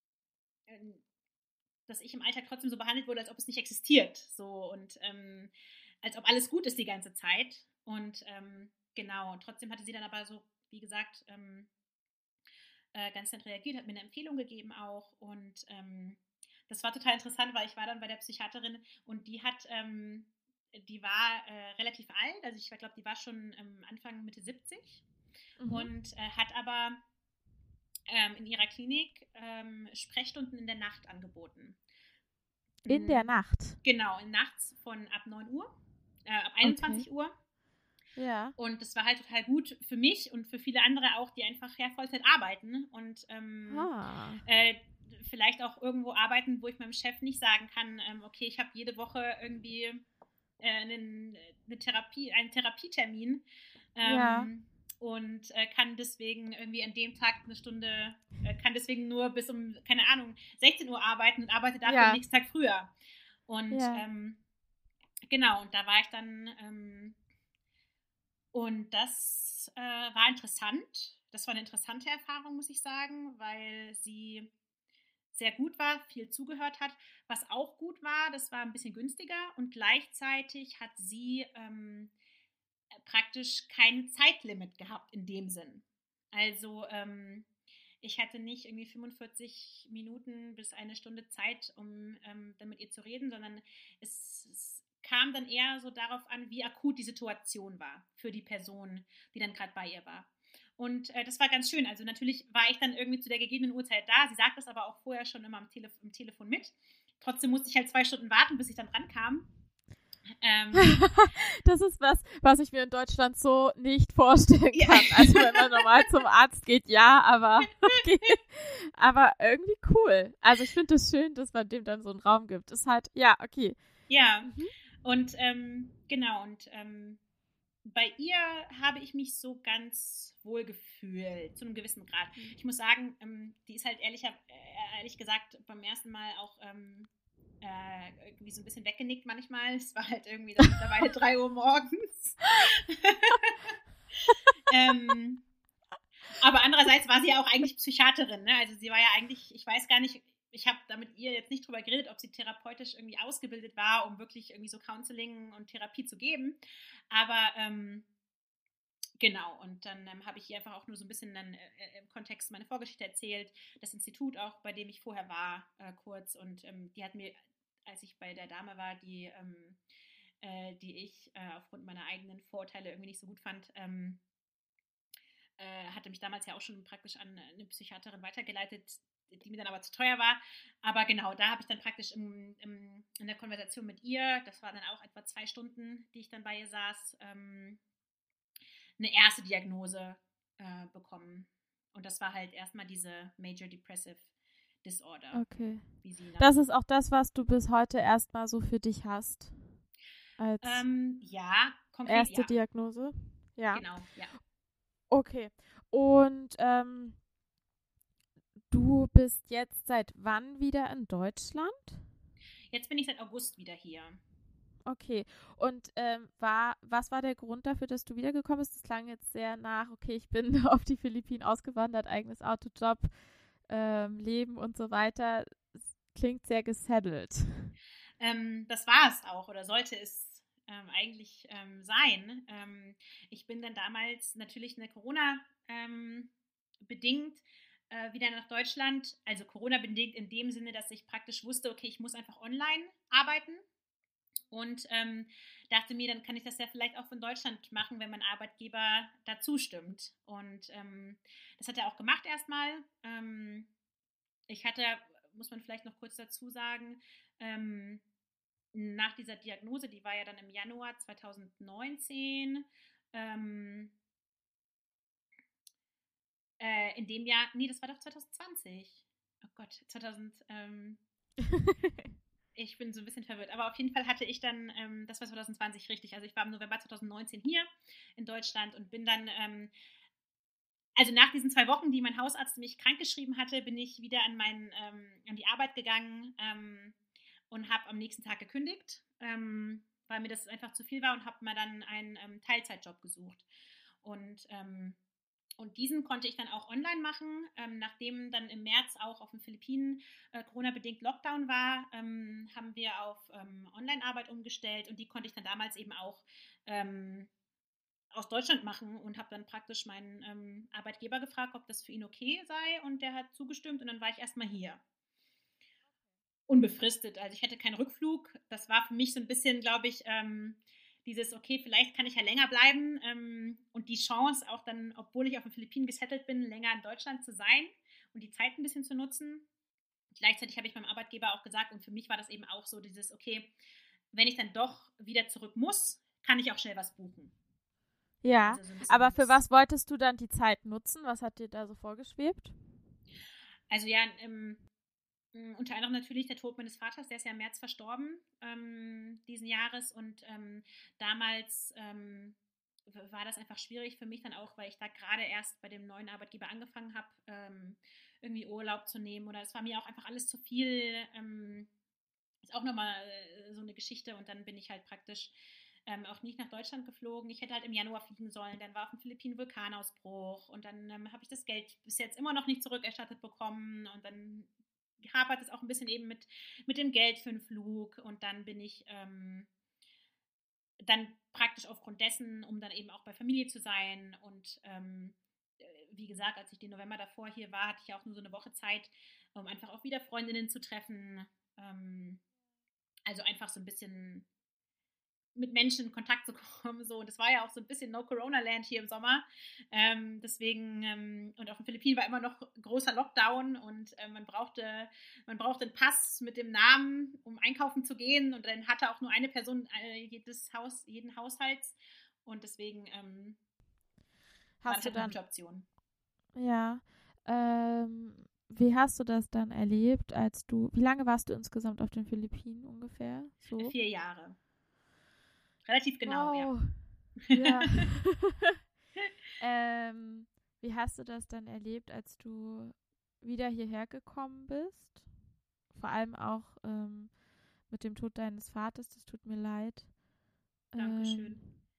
dass ich im Alltag trotzdem so behandelt wurde, als ob es nicht existiert. So und als ob alles gut ist die ganze Zeit. Und genau, und trotzdem hatte sie dann aber so, wie gesagt, ganz nett reagiert, hat mir eine Empfehlung gegeben auch. Und das war total interessant, weil ich war dann bei der Psychiaterin und die war relativ alt, also ich glaube, die war schon Anfang, Mitte 70 und hat aber in ihrer Klinik Sprechstunden in der Nacht angeboten. In der Nacht? Genau, nachts von ab 9 Uhr, ab 21 Uhr. Ja. Und das war halt total gut für mich und für viele andere auch, die einfach Vollzeit arbeiten und vielleicht auch irgendwo arbeiten, wo ich meinem Chef nicht sagen kann, okay, ich habe jede Woche irgendwie einen Therapietermin und kann deswegen irgendwie an dem Tag eine Stunde, kann deswegen nur bis um, keine Ahnung, 16 Uhr arbeiten und arbeite dafür am nächsten Tag früher. Und genau, und da war ich dann und das war interessant. Das war eine interessante Erfahrung, muss ich sagen, weil sie sehr gut war, viel zugehört hat. Was auch gut war, das war ein bisschen günstiger und gleichzeitig hat sie praktisch kein Zeitlimit gehabt in dem Sinn. Also ich hatte nicht irgendwie 45 Minuten bis eine Stunde Zeit, um dann mit ihr zu reden, sondern es kam dann eher so darauf an, wie akut die Situation war für die Person, die dann gerade bei ihr war. Und das war ganz schön. Also natürlich war ich dann irgendwie zu der gegebenen Uhrzeit da. Sie sagt das aber auch vorher schon immer im Telefon mit. Trotzdem musste ich halt 2 Stunden warten, bis ich dann dran kam. Das ist was ich mir in Deutschland so nicht vorstellen kann. Also wenn man normal zum Arzt geht, ja, aber okay. Aber irgendwie cool. Also ich finde es schön, dass man dem dann so einen Raum gibt. Ist halt, ja, okay. Ja, und genau, und bei ihr habe ich mich so ganz wohl gefühlt, zu einem gewissen Grad. Ich muss sagen, die ist halt ehrlich gesagt beim ersten Mal auch irgendwie so ein bisschen weggenickt manchmal. Es war halt irgendwie dann mittlerweile 3 Uhr morgens. Aber andererseits war sie ja auch eigentlich Psychiaterin, ne? Also sie war ja eigentlich, ich weiß gar nicht, ich habe da mit ihr jetzt nicht drüber geredet, ob sie therapeutisch irgendwie ausgebildet war, um wirklich irgendwie so Counseling und Therapie zu geben. Aber genau, und dann habe ich ihr einfach auch nur so ein bisschen dann im Kontext meine Vorgeschichte erzählt, das Institut auch, bei dem ich vorher war, kurz. Und die hat mir, als ich bei der Dame war, die ich aufgrund meiner eigenen Vorurteile irgendwie nicht so gut fand, hatte mich damals ja auch schon praktisch an eine Psychiaterin weitergeleitet, die mir dann aber zu teuer war. Aber genau, da habe ich dann praktisch in der Konversation mit ihr, das war dann auch etwa 2 Stunden, die ich dann bei ihr saß, eine erste Diagnose bekommen. Und das war halt erstmal diese Major Depressive Disorder. Okay. Das ist auch das, was du bis heute erstmal so für dich hast. Als ja, konkret erste Diagnose? Ja. Genau, ja. Okay. Und du bist jetzt seit wann wieder in Deutschland? Jetzt bin ich seit August wieder hier. Okay. Und was war der Grund dafür, dass du wiedergekommen bist? Das klang jetzt sehr nach, okay, ich bin auf die Philippinen ausgewandert, eigenes Auto, Job, Leben und so weiter. Es klingt sehr gesettelt. Das war es auch oder sollte es eigentlich sein. Ich bin dann damals natürlich eine Corona bedingt wieder nach Deutschland, also Corona bedingt in dem Sinne, dass ich praktisch wusste, okay, ich muss einfach online arbeiten und dachte mir, dann kann ich das ja vielleicht auch von Deutschland machen, wenn mein Arbeitgeber dazu stimmt. Und das hat er auch gemacht erstmal. Ich hatte, muss man vielleicht noch kurz dazu sagen, nach dieser Diagnose, die war ja dann im Januar 2019, in dem Jahr, nee, das war doch 2020. Oh Gott, 2000, ich bin so ein bisschen verwirrt, aber auf jeden Fall hatte ich dann, das war 2020 richtig, also ich war im November 2019 hier in Deutschland und bin dann, also nach diesen 2 Wochen, die mein Hausarzt mich krankgeschrieben hatte, bin ich wieder an die Arbeit gegangen und habe am nächsten Tag gekündigt, weil mir das einfach zu viel war und habe mir dann einen Teilzeitjob gesucht. Und diesen konnte ich dann auch online machen, nachdem dann im März auch auf den Philippinen Corona-bedingt Lockdown war, haben wir auf Online-Arbeit umgestellt und die konnte ich dann damals eben auch aus Deutschland machen und habe dann praktisch meinen Arbeitgeber gefragt, ob das für ihn okay sei und der hat zugestimmt und dann war ich erstmal hier. Unbefristet, also ich hatte keinen Rückflug. Das war für mich so ein bisschen, glaube ich, dieses, okay, vielleicht kann ich ja länger bleiben und die Chance auch dann, obwohl ich auf den Philippinen gesettelt bin, länger in Deutschland zu sein und die Zeit ein bisschen zu nutzen. Gleichzeitig habe ich meinem Arbeitgeber auch gesagt und für mich war das eben auch so dieses, okay, wenn ich dann doch wieder zurück muss, kann ich auch schnell was buchen. Ja, Also so aber für was wolltest du dann die Zeit nutzen? Was hat dir da so vorgeschwebt? Also ja, unter anderem natürlich der Tod meines Vaters, der ist ja im März verstorben diesen Jahres und damals war das einfach schwierig für mich dann auch, weil ich da gerade erst bei dem neuen Arbeitgeber angefangen habe, irgendwie Urlaub zu nehmen oder es war mir auch einfach alles zu viel, ist auch nochmal so eine Geschichte und dann bin ich halt praktisch auch nicht nach Deutschland geflogen. Ich hätte halt im Januar fliegen sollen, dann war auf den Philippinen Vulkanausbruch und dann habe ich das Geld bis jetzt immer noch nicht zurückerstattet bekommen und dann hapert es auch ein bisschen eben mit dem Geld für den Flug und dann bin ich dann praktisch aufgrund dessen, um dann eben auch bei Familie zu sein und wie gesagt, als ich den November davor hier war, hatte ich auch nur so eine Woche Zeit, um einfach auch wieder Freundinnen zu treffen, also einfach so ein bisschen mit Menschen in Kontakt zu kommen. So. Und das war ja auch so ein bisschen No-Corona-Land hier im Sommer. Deswegen, und auf den Philippinen war immer noch großer Lockdown und man brauchte einen Pass mit dem Namen, um einkaufen zu gehen. Und dann hatte auch nur eine Person jeden Haushalts. Und deswegen war das halt eine gute Option. Ja. Wie hast du das dann erlebt, wie lange warst du insgesamt auf den Philippinen ungefähr? So? 4 Jahre. Relativ genau, wow. Ja. Wie hast du das dann erlebt, als du wieder hierher gekommen bist? Vor allem auch mit dem Tod deines Vaters, das tut mir leid. Dankeschön.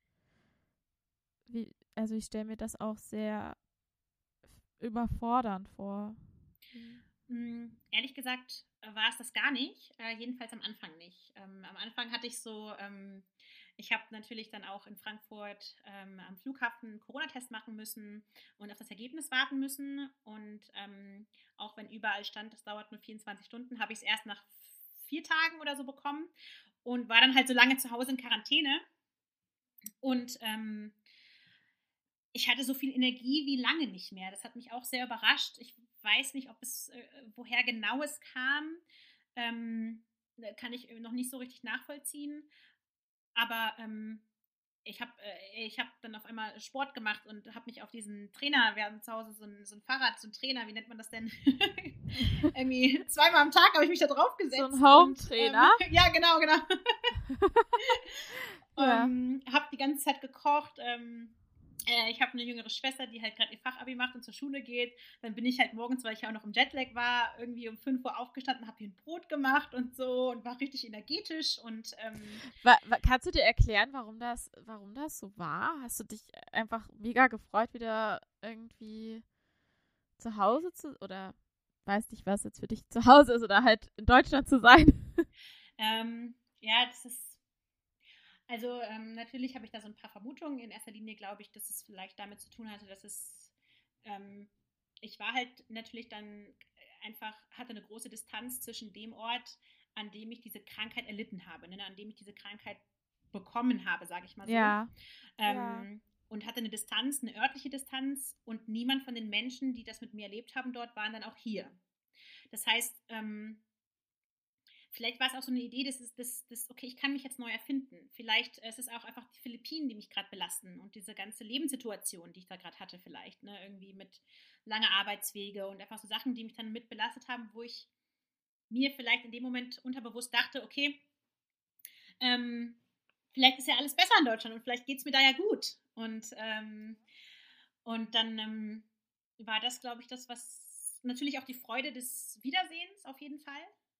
Ich stelle mir das auch sehr überfordernd vor. Ehrlich gesagt war es das gar nicht, jedenfalls am Anfang nicht. Am Anfang hatte ich so, ich habe natürlich dann auch in Frankfurt am Flughafen einen Corona-Test machen müssen und auf das Ergebnis warten müssen und auch wenn überall stand, das dauert nur 24 Stunden, habe ich es erst nach 4 Tagen oder so bekommen und war dann halt so lange zu Hause in Quarantäne und ich hatte so viel Energie wie lange nicht mehr. Das hat mich auch sehr überrascht. Ich weiß nicht, woher genau es kam. Kann ich noch nicht so richtig nachvollziehen. Aber ich hab dann auf einmal Sport gemacht und habe mich auf diesen Trainer, wir haben zu Hause so ein Fahrrad, so ein Trainer, wie nennt man das denn? Irgendwie 2-mal am Tag habe ich mich da drauf gesetzt. So ein Home-Trainer? Ja, genau. Ja. Habe die ganze Zeit gekocht, Ich habe eine jüngere Schwester, die halt gerade ihr Fachabi macht und zur Schule geht. Dann bin ich halt morgens, weil ich ja auch noch im Jetlag war, irgendwie um 5 Uhr aufgestanden, habe ihr ein Brot gemacht und so und war richtig energetisch. Und Kannst du dir erklären, warum das so war? Hast du dich einfach mega gefreut, wieder irgendwie zu Hause oder weiß nicht, was jetzt für dich zu Hause ist oder halt in Deutschland zu sein? Ja, das ist. Also natürlich habe ich da so ein paar Vermutungen. In erster Linie glaube ich, dass es vielleicht damit zu tun hatte, dass ich war halt natürlich dann hatte eine große Distanz zwischen dem Ort, an dem ich diese Krankheit erlitten habe, ne, an dem ich diese Krankheit bekommen habe, sage ich mal so. Ja. Ja. Und hatte eine Distanz, eine örtliche Distanz und niemand von den Menschen, die das mit mir erlebt haben dort, waren dann auch hier. Das heißt, vielleicht war es auch so eine Idee, okay, ich kann mich jetzt neu erfinden. Vielleicht ist es auch einfach die Philippinen, die mich gerade belasten und diese ganze Lebenssituation, die ich da gerade hatte vielleicht, ne, irgendwie mit lange Arbeitswege und einfach so Sachen, die mich dann mit belastet haben, wo ich mir vielleicht in dem Moment unterbewusst dachte, okay, vielleicht ist ja alles besser in Deutschland und vielleicht geht es mir da ja gut. Und dann war das, glaube ich, das, was natürlich auch die Freude des Wiedersehens auf jeden Fall.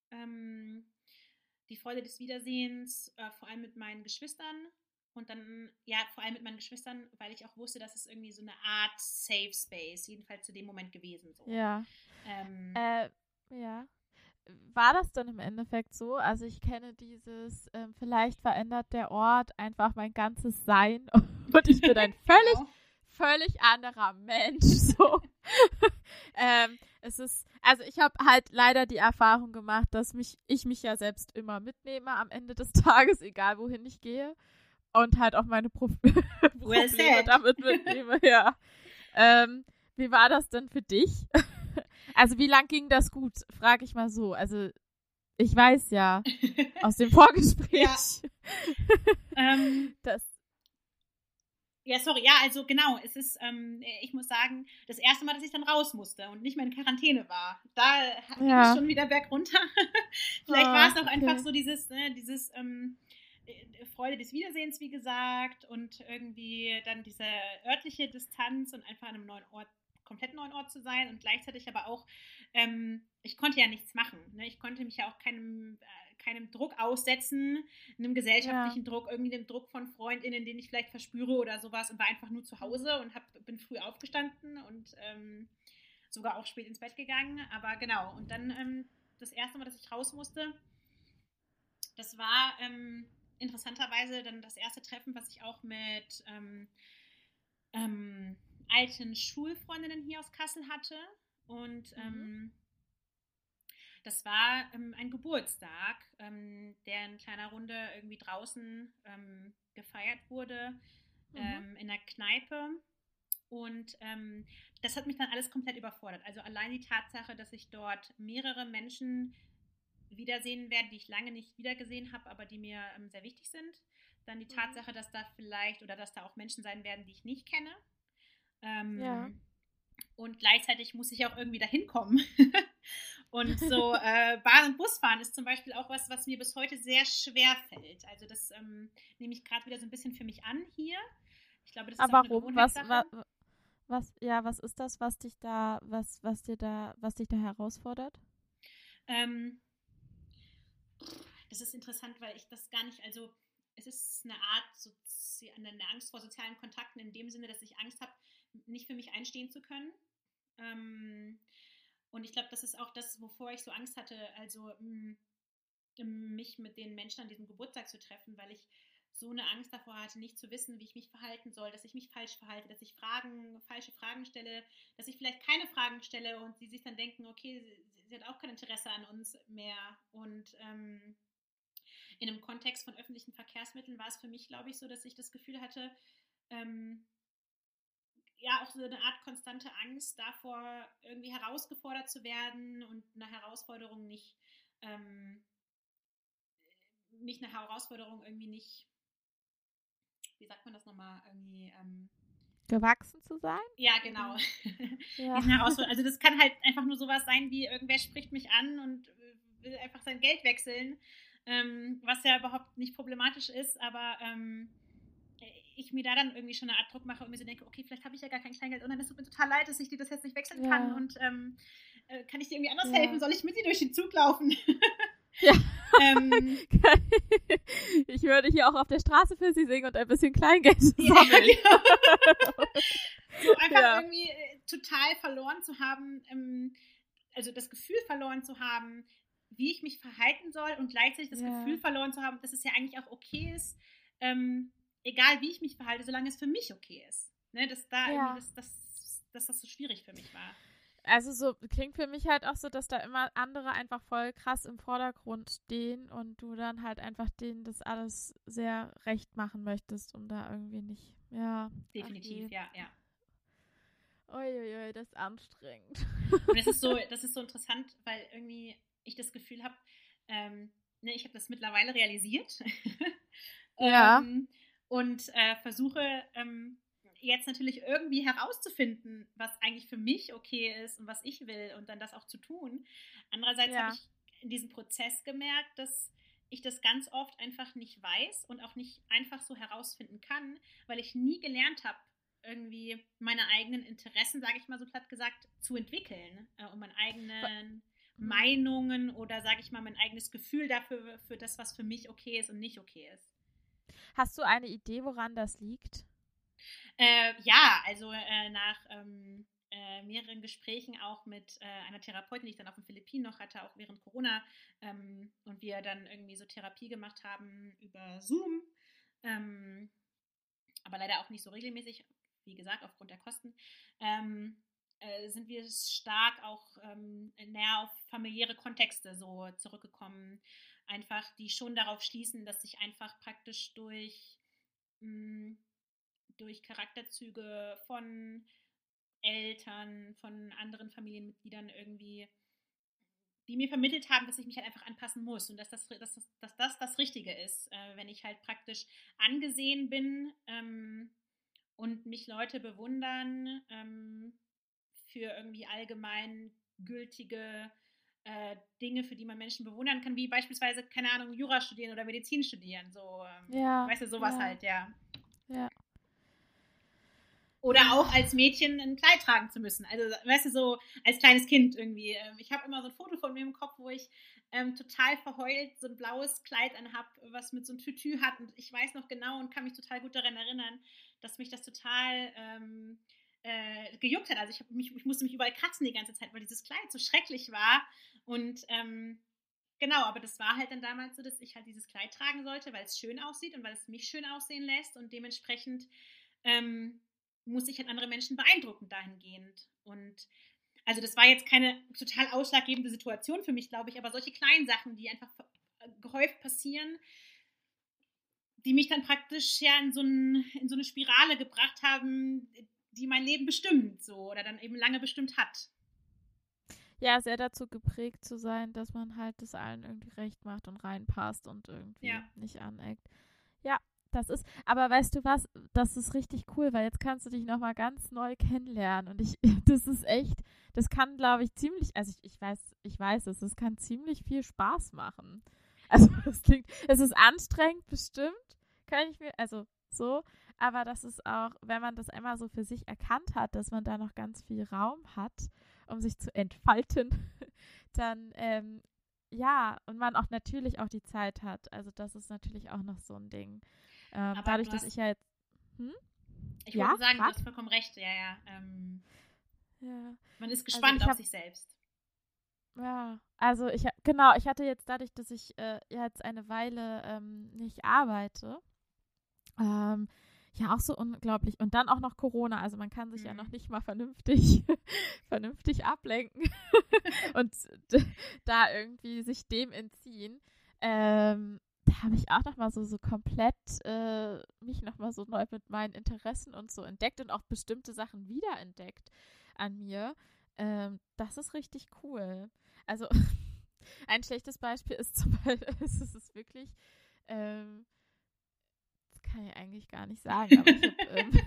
Die Freude des Wiedersehens, vor allem mit meinen Geschwistern. Und dann, ja, vor allem mit meinen Geschwistern, weil ich auch wusste, dass es irgendwie so eine Art Safe Space, jedenfalls zu dem Moment gewesen. So. Ja. Ja. War das dann im Endeffekt so? Also ich kenne dieses, vielleicht verändert der Ort einfach mein ganzes Sein und ich bin ein völlig anderer Mensch. So. Also ich habe halt leider die Erfahrung gemacht, dass ich mich ja selbst immer mitnehme am Ende des Tages, egal wohin ich gehe. Und halt auch meine Probleme damit mitnehme, ja. Wie war das denn für dich? Also wie lang ging das gut, frage ich mal so. Also ich weiß ja aus dem Vorgespräch. Ja, sorry, ja, also genau, es ist, ich muss sagen, das erste Mal, dass ich dann raus musste und nicht mehr in Quarantäne war, da ging es schon wieder bergunter. Vielleicht war es auch einfach so dieses Freude des Wiedersehens, wie gesagt, und irgendwie dann diese örtliche Distanz und einfach an einem komplett neuen Ort zu sein und gleichzeitig aber auch, ich konnte ja nichts machen. Ne? Ich konnte mich ja auch keinem Druck aussetzen, einem gesellschaftlichen Druck, irgendwie dem Druck von FreundInnen, den ich vielleicht verspüre oder sowas und war einfach nur zu Hause und bin früh aufgestanden und sogar auch spät ins Bett gegangen. Aber genau, und dann das erste Mal, dass ich raus musste, das war interessanterweise dann das erste Treffen, was ich auch mit alten Schulfreundinnen hier aus Kassel hatte. Und das war ein Geburtstag, der in kleiner Runde irgendwie draußen gefeiert wurde, in einer Kneipe. Und das hat mich dann alles komplett überfordert. Also allein die Tatsache, dass ich dort mehrere Menschen wiedersehen werde, die ich lange nicht wiedergesehen habe, aber die mir sehr wichtig sind. Dann die Tatsache, dass da auch Menschen sein werden, die ich nicht kenne. Und gleichzeitig muss ich auch irgendwie dahin kommen. Und so Bahn- und Busfahren ist zum Beispiel auch was mir bis heute sehr schwer fällt. Also das nehme ich gerade wieder so ein bisschen für mich an hier. Ich glaube, das ist auch eine Gewohnheitssache. Was ist das, was dich da herausfordert? Das ist interessant, weil ich das gar nicht, also es ist eine Art, eine Angst vor sozialen Kontakten in dem Sinne, dass ich Angst habe, nicht für mich einstehen zu können. Und ich glaube, das ist auch das, wovor ich so Angst hatte, also mich mit den Menschen an diesem Geburtstag zu treffen, weil ich so eine Angst davor hatte, nicht zu wissen, wie ich mich verhalten soll, dass ich mich falsch verhalte, dass ich falsche Fragen stelle, dass ich vielleicht keine Fragen stelle und sie sich dann denken, okay, sie hat auch kein Interesse an uns mehr. Und in einem Kontext von öffentlichen Verkehrsmitteln war es für mich, glaube ich, so, dass ich das Gefühl hatte, ja, auch so eine Art konstante Angst davor, irgendwie herausgefordert zu werden und eine Herausforderung mich einer Herausforderung irgendwie nicht, wie sagt man das nochmal, irgendwie gewachsen zu sein? Ja, genau. Ja. Also das kann halt einfach nur sowas sein, wie irgendwer spricht mich an und will einfach sein Geld wechseln, was ja überhaupt nicht problematisch ist, aber ich mir da dann irgendwie schon eine Art Druck mache und mir so denke, okay, vielleicht habe ich ja gar kein Kleingeld und dann ist es mir total leid, dass ich dir das jetzt nicht wechseln kann und kann ich dir irgendwie anders helfen? Soll ich mit dir durch den Zug laufen? Ja. Ich würde hier auch auf der Straße für sie singen und ein bisschen Kleingeld sammeln. Ja, genau. So einfach irgendwie total verloren zu haben, also das Gefühl verloren zu haben, wie ich mich verhalten soll und gleichzeitig das Gefühl verloren zu haben, dass es ja eigentlich auch okay ist, egal wie ich mich verhalte, solange es für mich okay ist. Ne, dass da irgendwie dass das so schwierig für mich war. Also so klingt für mich halt auch so, dass da immer andere einfach voll krass im Vordergrund stehen und du dann halt einfach denen das alles sehr recht machen möchtest, um da irgendwie nicht, Definitiv, ja. Uiuiui, das ist anstrengend. Und das ist so interessant, weil irgendwie ich das Gefühl habe, ich habe das mittlerweile realisiert und versuche jetzt natürlich irgendwie herauszufinden, was eigentlich für mich okay ist und was ich will und dann das auch zu tun. Andererseits habe ich in diesem Prozess gemerkt, dass ich das ganz oft einfach nicht weiß und auch nicht einfach so herausfinden kann, weil ich nie gelernt habe, irgendwie meine eigenen Interessen, sage ich mal so platt gesagt, zu entwickeln, um meine eigenen Meinungen oder, sage ich mal, mein eigenes Gefühl dafür, für das, was für mich okay ist und nicht okay ist. Hast du eine Idee, woran das liegt? Also nach mehreren Gesprächen auch mit einer Therapeutin, die ich dann auf den Philippinen noch hatte, auch während Corona, und wir dann irgendwie so Therapie gemacht haben über Zoom, aber leider auch nicht so regelmäßig, wie gesagt, aufgrund der Kosten, sind wir stark auch näher auf familiäre Kontexte so zurückgekommen, einfach die schon darauf schließen, dass sich einfach praktisch durch Charakterzüge von Eltern, von anderen Familienmitgliedern irgendwie, die mir vermittelt haben, dass ich mich halt einfach anpassen muss und dass das Richtige ist, wenn ich halt praktisch angesehen bin und mich Leute bewundern für irgendwie allgemein gültige Dinge, für die man Menschen bewundern kann, wie beispielsweise, keine Ahnung, Jura studieren oder Medizin studieren, so, weißt du, sowas halt, ja. Oder auch als Mädchen ein Kleid tragen zu müssen. Also, weißt du, so als kleines Kind irgendwie. Ich habe immer so ein Foto von mir im Kopf, wo ich total verheult so ein blaues Kleid anhab, was mit so einem Tütü hat. Und ich weiß noch genau und kann mich total gut daran erinnern, dass mich das total gejuckt hat. Also ich musste mich überall kratzen die ganze Zeit, weil dieses Kleid so schrecklich war. Und genau, aber das war halt dann damals so, dass ich halt dieses Kleid tragen sollte, weil es schön aussieht und weil es mich schön aussehen lässt. Und dementsprechend muss ich halt andere Menschen beeindrucken dahingehend. Und also das war jetzt keine total ausschlaggebende Situation für mich, glaube ich, aber solche kleinen Sachen, die einfach gehäuft passieren, die mich dann praktisch ja in so eine Spirale gebracht haben, die mein Leben bestimmt so oder dann eben lange bestimmt hat. Ja, sehr dazu geprägt zu sein, dass man halt das allen irgendwie recht macht und reinpasst und irgendwie nicht aneckt. Ja, das ist, aber weißt du was, das ist richtig cool, weil jetzt kannst du dich nochmal ganz neu kennenlernen und das ist echt, das kann, glaube ich, ziemlich, also ich weiß es, das kann ziemlich viel Spaß machen. Also es ist anstrengend bestimmt, kann ich mir, also so, aber das ist auch, wenn man das einmal so für sich erkannt hat, dass man da noch ganz viel Raum hat, um sich zu entfalten, dann, und man auch natürlich auch die Zeit hat. Also das ist natürlich auch noch so ein Ding. Dadurch, dass ich ja jetzt... Ich wollte sagen, du hast vollkommen recht, ja. Man ist gespannt auf sich selbst. Ja, also ich hatte jetzt dadurch, dass ich jetzt eine Weile nicht arbeite, auch so unglaublich. Und dann auch noch Corona, also man kann sich ja noch nicht mal vernünftig ablenken und da irgendwie sich dem entziehen. Da habe ich auch nochmal so komplett mich nochmal so neu mit meinen Interessen und so entdeckt und auch bestimmte Sachen wiederentdeckt an mir. Das ist richtig cool. Also ein schlechtes Beispiel ist zum Beispiel, es ist wirklich, das kann ich eigentlich gar nicht sagen, aber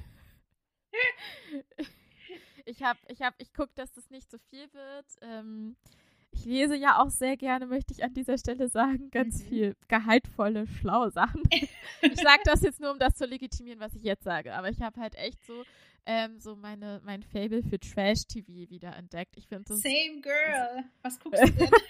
ich gucke, dass das nicht so viel wird. ich lese ja auch sehr gerne, möchte ich an dieser Stelle sagen, ganz viel gehaltvolle, schlaue Sachen. Ich sage das jetzt nur, um das zu legitimieren, was ich jetzt sage. Aber ich habe halt echt so mein Faible für Trash-TV wieder entdeckt. Ich finde das... Same girl. Was guckst du denn?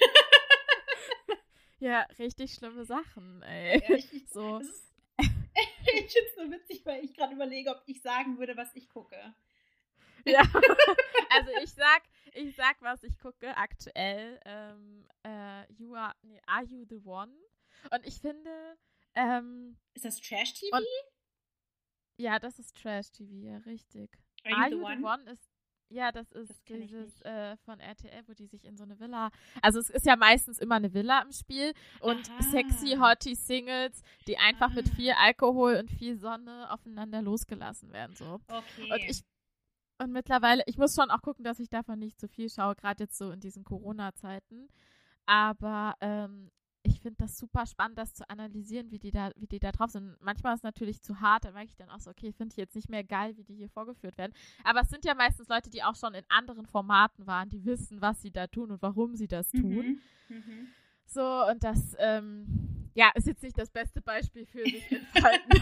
Ja, richtig schlimme Sachen, ey. Ja, ich finde es nur witzig, weil ich gerade überlege, ob ich sagen würde, was ich gucke. Ja, also ich sag, was ich gucke aktuell. Are You the One? Und ich finde, ist das Trash-TV? Ja, das ist Trash-TV, ja, richtig. Are You the One? ist, ja, das ist dieses von RTL, wo die sich in so eine Villa, also es ist ja meistens immer eine Villa im Spiel und sexy hottie Singles, die einfach mit viel Alkohol und viel Sonne aufeinander losgelassen werden, so. Okay. Und mittlerweile, ich muss schon auch gucken, dass ich davon nicht zu viel schaue, gerade jetzt so in diesen Corona-Zeiten. Aber ich finde das super spannend, das zu analysieren, wie die da drauf sind. Manchmal ist es natürlich zu hart, da merke ich dann auch so, okay, finde ich jetzt nicht mehr geil, wie die hier vorgeführt werden. Aber es sind ja meistens Leute, die auch schon in anderen Formaten waren, die wissen, was sie da tun und warum sie das tun. So, und das, ist jetzt nicht das beste Beispiel für sich entfalten.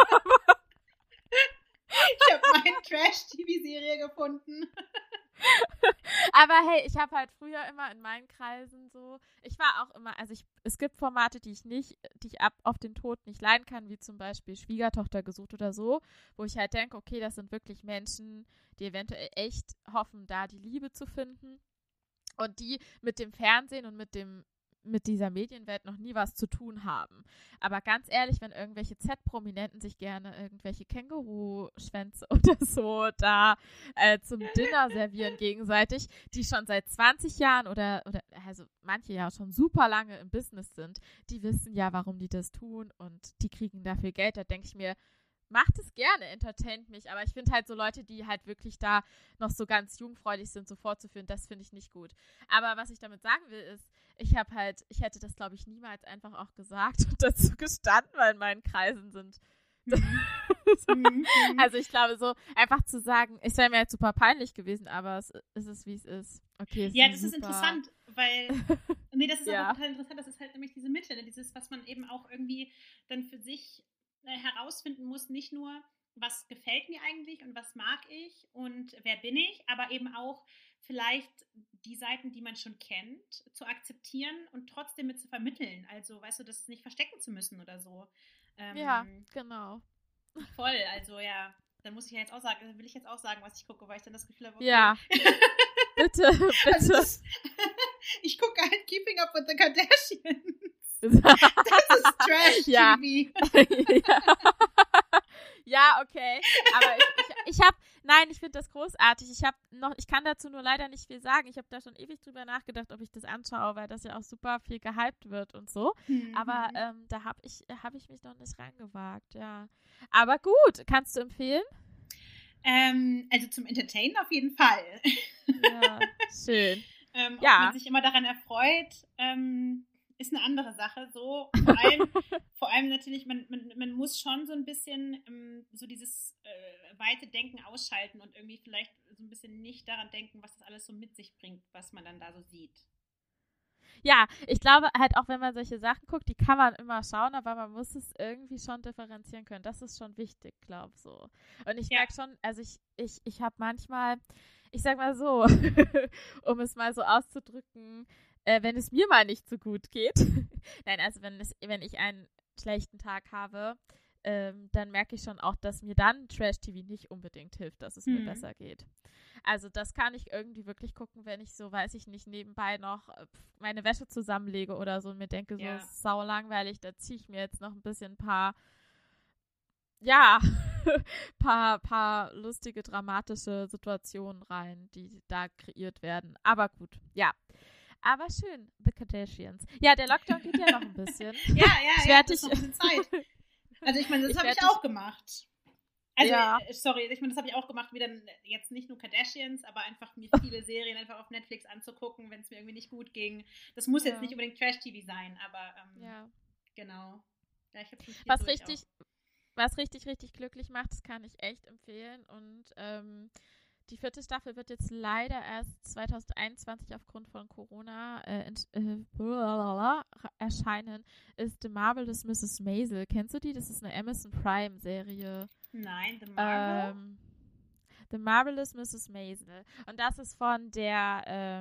Ich habe meine Trash-TV-Serie gefunden. Aber hey, ich habe halt früher immer in meinen Kreisen so, ich war auch immer, also es gibt Formate, die ich ab auf den Tod nicht leiden kann, wie zum Beispiel Schwiegertochter gesucht oder so, wo ich halt denke, okay, das sind wirklich Menschen, die eventuell echt hoffen, da die Liebe zu finden und die mit dem Fernsehen und mit dieser Medienwelt noch nie was zu tun haben. Aber ganz ehrlich, wenn irgendwelche Z-Prominenten sich gerne irgendwelche Känguru-Schwänze oder so da zum Dinner servieren gegenseitig, die schon seit 20 Jahren oder also manche ja schon super lange im Business sind, die wissen ja, warum die das tun und die kriegen dafür Geld. Da denke ich mir, macht es gerne, entertaint mich, aber ich finde halt so Leute, die halt wirklich da noch so ganz jungfräulich sind, so vorzuführen, das finde ich nicht gut. Aber was ich damit sagen will, ist, ich hätte das, glaube ich, niemals einfach auch gesagt und dazu gestanden, weil in meinen Kreisen sind. Also ich glaube, so einfach zu sagen, es wäre mir halt super peinlich gewesen, aber es ist, wie es ist. Okay, ja, das ist interessant, weil, nee, das ist aber total interessant, das ist halt nämlich diese Mitte, ne? Dieses, was man eben auch irgendwie dann für sich herausfinden muss, nicht nur, was gefällt mir eigentlich und was mag ich und wer bin ich, aber eben auch vielleicht die Seiten, die man schon kennt, zu akzeptieren und trotzdem mit zu vermitteln. Also, weißt du, das nicht verstecken zu müssen oder so. Ja, genau. Voll, also ja, dann muss ich ja jetzt auch sagen, will ich jetzt auch sagen, was ich gucke, weil ich dann das Gefühl habe, okay. Ja, bitte. Also ich gucke halt Keeping Up with the Kardashians. Das ist Trash-TV. Ja, okay. Aber ich finde das großartig. Ich kann dazu nur leider nicht viel sagen. Ich habe da schon ewig drüber nachgedacht, ob ich das anschaue, weil das ja auch super viel gehypt wird und so. Aber da habe ich mich noch nicht reingewagt, ja. Aber gut, kannst du empfehlen? Also zum Entertainen auf jeden Fall. Ja, schön. Ob man sich immer daran erfreut, ist eine andere Sache. So, vor allem natürlich, man muss schon so ein bisschen so dieses weite Denken ausschalten und irgendwie vielleicht so ein bisschen nicht daran denken, was das alles so mit sich bringt, was man dann da so sieht. Ja, ich glaube halt auch, wenn man solche Sachen guckt, die kann man immer schauen, aber man muss es irgendwie schon differenzieren können. Das ist schon wichtig, glaube ich so. Und ich merke schon, also ich habe manchmal, ich sag mal so, um es mal so auszudrücken, wenn es mir mal nicht so gut geht. Nein, also wenn ich einen schlechten Tag habe, dann merke ich schon auch, dass mir dann Trash-TV nicht unbedingt hilft, dass es mir besser geht. Also das kann ich irgendwie wirklich gucken, wenn ich so, weiß ich nicht, nebenbei noch meine Wäsche zusammenlege oder so und mir denke, so sau langweilig, da ziehe ich mir jetzt noch ein bisschen paar lustige, dramatische Situationen rein, die da kreiert werden. Aber gut, ja. Aber schön, The Kardashians. Ja, der Lockdown geht ja noch ein bisschen. Ja, das ist noch ein bisschen Zeit. Also ich meine, das habe ich auch gemacht. Also, sorry, ich meine, das habe ich auch gemacht, wie dann jetzt nicht nur Kardashians, aber einfach mir viele Serien einfach auf Netflix anzugucken, wenn es mir irgendwie nicht gut ging. Das muss jetzt nicht unbedingt Trash-TV sein, aber genau. Ja, ich was richtig, richtig glücklich macht, das kann ich echt empfehlen und Die 4. Staffel wird jetzt leider erst 2021 aufgrund von Corona erscheinen, ist The Marvelous Mrs. Maisel. Kennst du die? Das ist eine Amazon Prime-Serie. Nein, The Marvel? The Marvelous Mrs. Maisel. Und das ist von der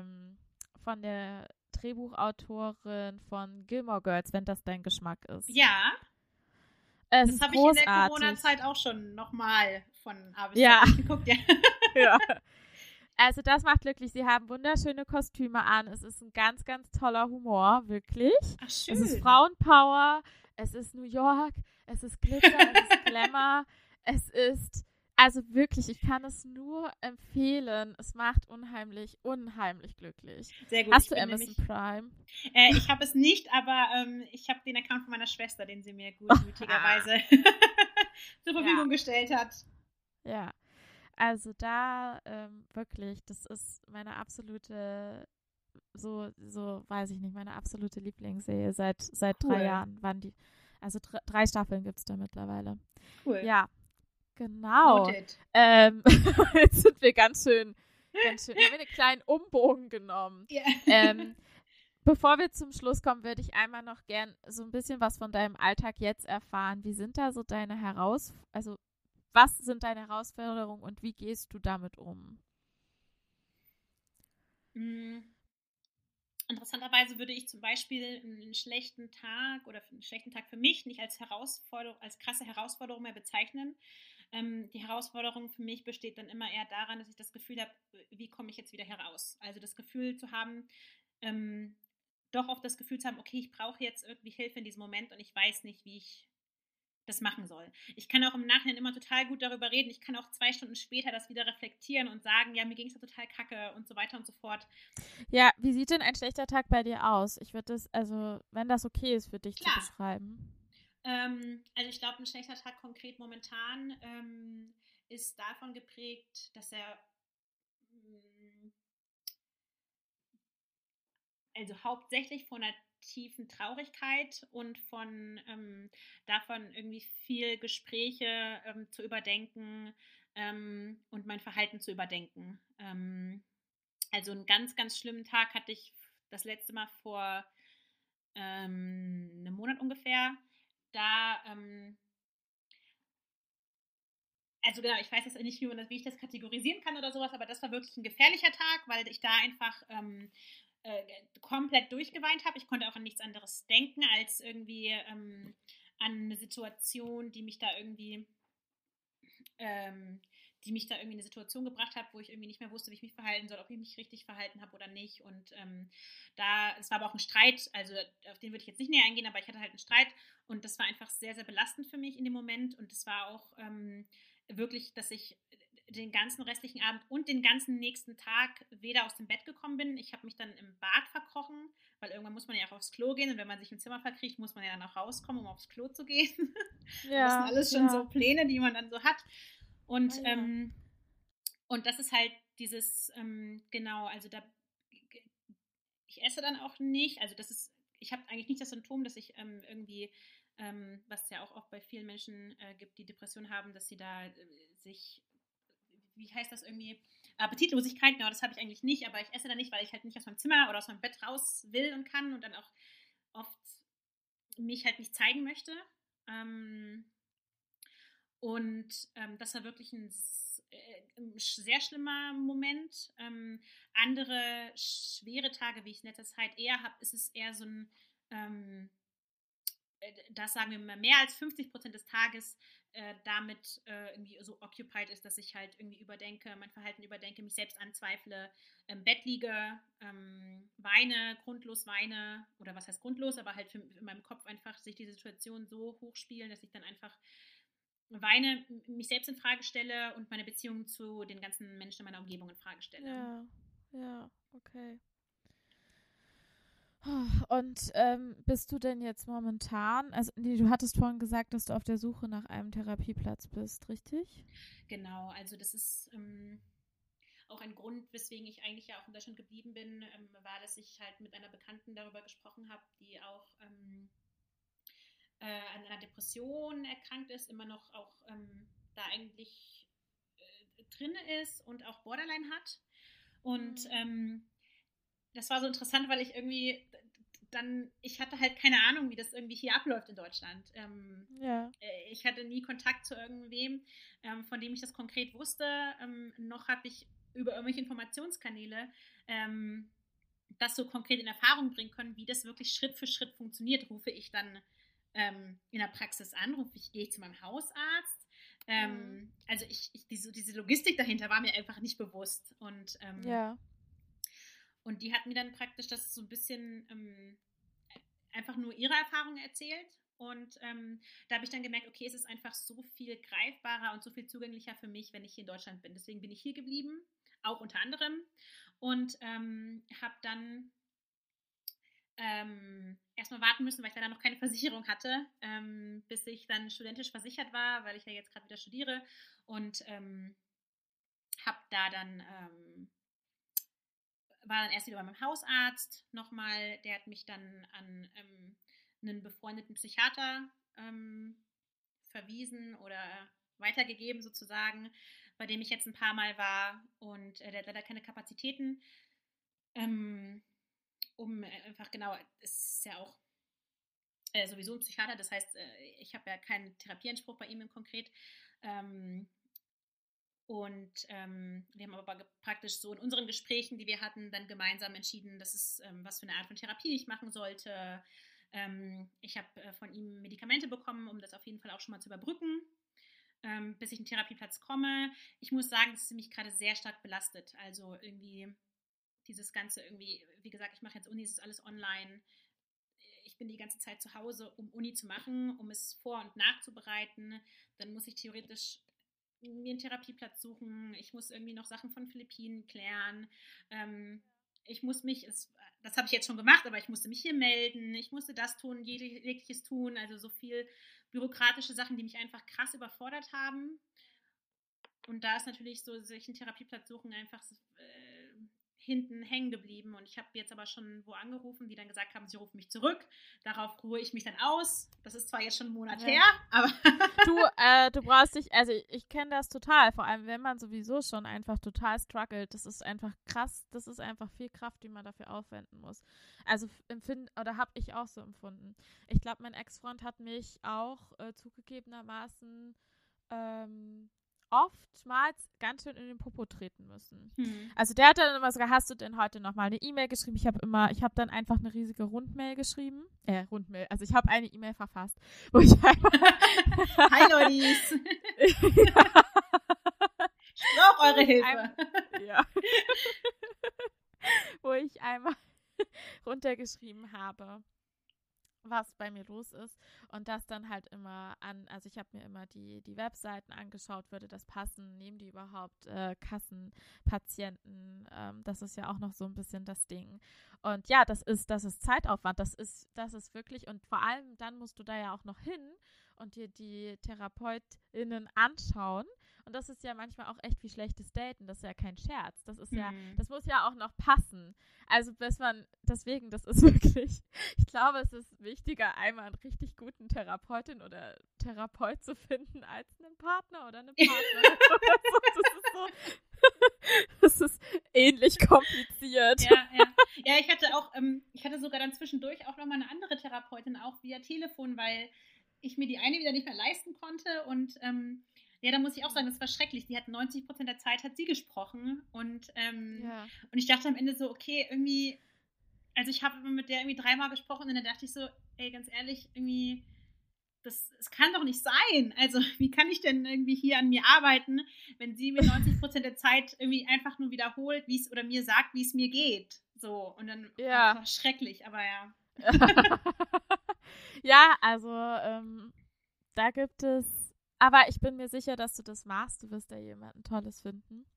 Drehbuchautorin von Gilmore Girls, wenn das dein Geschmack ist. Ja. Das habe ich in der Corona-Zeit auch schon nochmal von A bis Z geguckt. Ja. Ja. Also das macht glücklich. Sie haben wunderschöne Kostüme an. Es ist ein ganz, ganz toller Humor, wirklich. Ach, schön. Es ist Frauenpower, es ist New York, es ist Glitzer, es ist Glamour, es ist, also wirklich, ich kann es nur empfehlen. Es macht unheimlich, unheimlich glücklich. Sehr gut. Hast du Amazon Prime? Ich habe es nicht, aber ich habe den Account von meiner Schwester, den sie mir gutmütigerweise zur Verfügung gestellt hat. Ja. Also da wirklich, das ist meine absolute, so weiß ich nicht, meine absolute Lieblingsserie seit 3 Jahren waren die. Also 3 Staffeln gibt es da mittlerweile. Cool. Ja, genau. Noted. Jetzt sind wir ganz schön, haben wir einen kleinen Umbogen genommen. Yeah. Bevor wir zum Schluss kommen, würde ich einmal noch gern so ein bisschen was von deinem Alltag jetzt erfahren. Wie sind da so deine was sind deine Herausforderungen und wie gehst du damit um? Interessanterweise würde ich zum Beispiel einen schlechten Tag für mich nicht als krasse Herausforderung mehr bezeichnen. Die Herausforderung für mich besteht dann immer eher daran, dass ich das Gefühl habe, wie komme ich jetzt wieder heraus? Also das Gefühl zu haben, doch oft das Gefühl zu haben, okay, ich brauche jetzt irgendwie Hilfe in diesem Moment und ich weiß nicht, wie ich das machen soll. Ich kann auch im Nachhinein immer total gut darüber reden. Ich kann auch 2 Stunden später das wieder reflektieren und sagen, ja, mir ging es ja total kacke und so weiter und so fort. Ja, wie sieht denn ein schlechter Tag bei dir aus? Ich würde das, also, wenn das okay ist für dich zu beschreiben. Also ich glaube, ein schlechter Tag konkret momentan ist davon geprägt, dass er also hauptsächlich von einer tiefen Traurigkeit und von davon irgendwie viel Gespräche zu überdenken und mein Verhalten zu überdenken. Also einen ganz, ganz schlimmen Tag hatte ich das letzte Mal vor einem Monat ungefähr. Da also genau, ich weiß jetzt nicht, wie ich das kategorisieren kann oder sowas, aber das war wirklich ein gefährlicher Tag, weil ich da einfach komplett durchgeweint habe. Ich konnte auch an nichts anderes denken, als irgendwie an eine Situation, die mich da irgendwie in eine Situation gebracht hat, wo ich irgendwie nicht mehr wusste, wie ich mich verhalten soll, ob ich mich richtig verhalten habe oder nicht. Und es war aber auch ein Streit, also auf den würde ich jetzt nicht näher eingehen, aber ich hatte halt einen Streit und das war einfach sehr, sehr belastend für mich in dem Moment. Und es war auch wirklich, dass ich den ganzen restlichen Abend und den ganzen nächsten Tag weder aus dem Bett gekommen bin. Ich habe mich dann im Bad verkrochen, weil irgendwann muss man ja auch aufs Klo gehen und wenn man sich im Zimmer verkriecht, muss man ja dann auch rauskommen, um aufs Klo zu gehen. Ja, das sind alles schon so Pläne, die man dann so hat. Und, und das ist halt dieses, genau, also ich esse dann auch nicht, also ich habe eigentlich nicht das Symptom, dass ich irgendwie, was es ja auch oft bei vielen Menschen gibt, die Depressionen haben, dass sie da wie heißt das irgendwie, Appetitlosigkeit, genau, das habe ich eigentlich nicht, aber ich esse dann nicht, weil ich halt nicht aus meinem Zimmer oder aus meinem Bett raus will und kann und dann auch oft mich halt nicht zeigen möchte. Das war wirklich ein sehr schlimmer Moment. Andere schwere Tage, wie ich in letzter Zeit eher habe, ist es eher so ein, das sagen wir mal, mehr als 50% des Tages damit irgendwie so occupied ist, dass ich halt irgendwie mein Verhalten überdenke, mich selbst anzweifle, im Bett liege, grundlos weine, oder was heißt grundlos, aber halt in meinem Kopf einfach sich die Situation so hochspielen, dass ich dann einfach weine, mich selbst in Frage stelle und meine Beziehung zu den ganzen Menschen in meiner Umgebung in Frage stelle. Ja, okay. Und bist du denn jetzt momentan, also nee, du hattest vorhin gesagt, dass du auf der Suche nach einem Therapieplatz bist, richtig? Genau, also das ist auch ein Grund, weswegen ich eigentlich ja auch in Deutschland geblieben bin, war, dass ich halt mit einer Bekannten darüber gesprochen habe, die auch an einer Depression erkrankt ist, immer noch auch da eigentlich drin ist und auch Borderline hat. Und das war so interessant, weil ich irgendwie ich hatte halt keine Ahnung, wie das irgendwie hier abläuft in Deutschland. Ich hatte nie Kontakt zu irgendwem, von dem ich das konkret wusste, noch habe ich über irgendwelche Informationskanäle das so konkret in Erfahrung bringen können, wie das wirklich Schritt für Schritt funktioniert. Rufe ich dann in der Praxis an, gehe ich zu meinem Hausarzt. Also diese Logistik dahinter war mir einfach nicht bewusst. Und die hat mir dann praktisch das so ein bisschen einfach nur ihre Erfahrungen erzählt. Und da habe ich dann gemerkt, okay, es ist einfach so viel greifbarer und so viel zugänglicher für mich, wenn ich hier in Deutschland bin. Deswegen bin ich hier geblieben, auch unter anderem. Und habe dann erstmal warten müssen, weil ich leider noch keine Versicherung hatte, bis ich dann studentisch versichert war, weil ich ja jetzt gerade wieder studiere. Und habe da dann war dann erst wieder bei meinem Hausarzt nochmal, der hat mich dann an einen befreundeten Psychiater verwiesen oder weitergegeben sozusagen, bei dem ich jetzt ein paar Mal war und der hat leider keine Kapazitäten, um einfach genau, es ist ja auch sowieso ein Psychiater, das heißt, ich habe ja keinen Therapieanspruch bei ihm im Konkret, und wir haben aber praktisch so in unseren Gesprächen, die wir hatten, dann gemeinsam entschieden, dass es was für eine Art von Therapie ich machen sollte. Ich habe von ihm Medikamente bekommen, um das auf jeden Fall auch schon mal zu überbrücken, bis ich einen Therapieplatz komme. Ich muss sagen, das ist mich gerade sehr stark belastet. Also irgendwie dieses Ganze irgendwie, wie gesagt, ich mache jetzt Uni, es ist alles online. Ich bin die ganze Zeit zu Hause, um Uni zu machen, um es vor- und nachzubereiten. Dann muss ich theoretisch mir einen Therapieplatz suchen. Ich muss irgendwie noch Sachen von Philippinen klären. Ich muss das habe ich jetzt schon gemacht, aber ich musste mich hier melden. Ich musste das tun, jegliches tun. Also so viel bürokratische Sachen, die mich einfach krass überfordert haben. Und da ist natürlich so, sich einen Therapieplatz suchen einfach hinten hängen geblieben. Und ich habe jetzt aber schon wo angerufen, die dann gesagt haben, sie rufen mich zurück. Darauf ruhe ich mich dann aus. Das ist zwar jetzt schon einen Monat her, aber du brauchst dich, also ich kenne das total, vor allem wenn man sowieso schon einfach total struggelt. Das ist einfach krass, das ist einfach viel Kraft, die man dafür aufwenden muss. Also habe ich auch so empfunden. Ich glaube, mein Ex-Freund hat mich auch zugegebenermaßen oftmals ganz schön in den Popo treten müssen. Also der hat dann immer gesagt, hast du denn heute nochmal eine E-Mail geschrieben? Ich habe dann einfach eine riesige Rundmail geschrieben. Also ich habe eine E-Mail verfasst, wo ich einfach Hi Lodis! Ich brauche eure Hilfe. Wo ich einmal runtergeschrieben habe, was bei mir los ist und das dann halt immer also ich habe mir immer die Webseiten angeschaut, würde das passen, nehmen die überhaupt Kassenpatienten, das ist ja auch noch so ein bisschen das Ding. Und ja, das ist Zeitaufwand, das ist wirklich, und vor allem dann musst du da ja auch noch hin und dir die TherapeutInnen anschauen. Und das ist ja manchmal auch echt wie schlechtes Daten. Das ist ja kein Scherz. Das ist das muss ja auch noch passen. Also deswegen, das ist wirklich, ich glaube, es ist wichtiger, einmal einen richtig guten Therapeutin oder Therapeut zu finden, als einen Partner oder eine Partnerin oder so. Das ist ähnlich kompliziert. Ja, ich hatte sogar dann zwischendurch auch nochmal eine andere Therapeutin, auch via Telefon, weil ich mir die eine wieder nicht mehr leisten konnte und da muss ich auch sagen, das war schrecklich. Die hat 90% der Zeit hat sie gesprochen und ich dachte am Ende so, okay, irgendwie, also ich habe mit der irgendwie 3-mal gesprochen und dann dachte ich so, ey, ganz ehrlich, irgendwie, das kann doch nicht sein. Also wie kann ich denn irgendwie hier an mir arbeiten, wenn sie mir 90% der Zeit irgendwie einfach nur wiederholt, oder mir sagt, wie es mir geht. So, und dann das war schrecklich, aber ja. Ja, also da gibt es, aber ich bin mir sicher, dass du das machst. Du wirst da jemanden Tolles finden.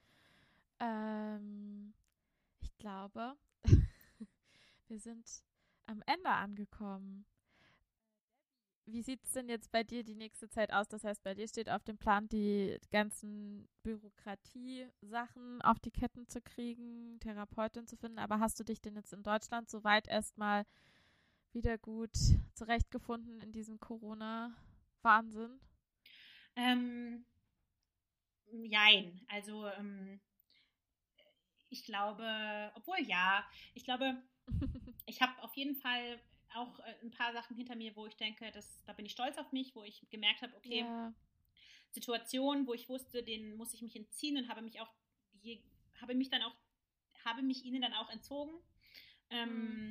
Ich glaube, wir sind am Ende angekommen. Wie sieht es denn jetzt bei dir die nächste Zeit aus? Das heißt, bei dir steht auf dem Plan, die ganzen Bürokratie-Sachen auf die Ketten zu kriegen, Therapeutin zu finden. Aber hast du dich denn jetzt in Deutschland soweit erstmal wieder gut zurechtgefunden in diesem Corona-Wahnsinn? jein. Also ich glaube, ich glaube, ich habe auf jeden Fall auch ein paar Sachen hinter mir, wo ich denke, da bin ich stolz auf mich, wo ich gemerkt habe, okay, Ja. Situationen, wo ich wusste, denen muss ich mich entziehen und habe mich dann auch, habe mich ihnen dann auch entzogen. Mhm.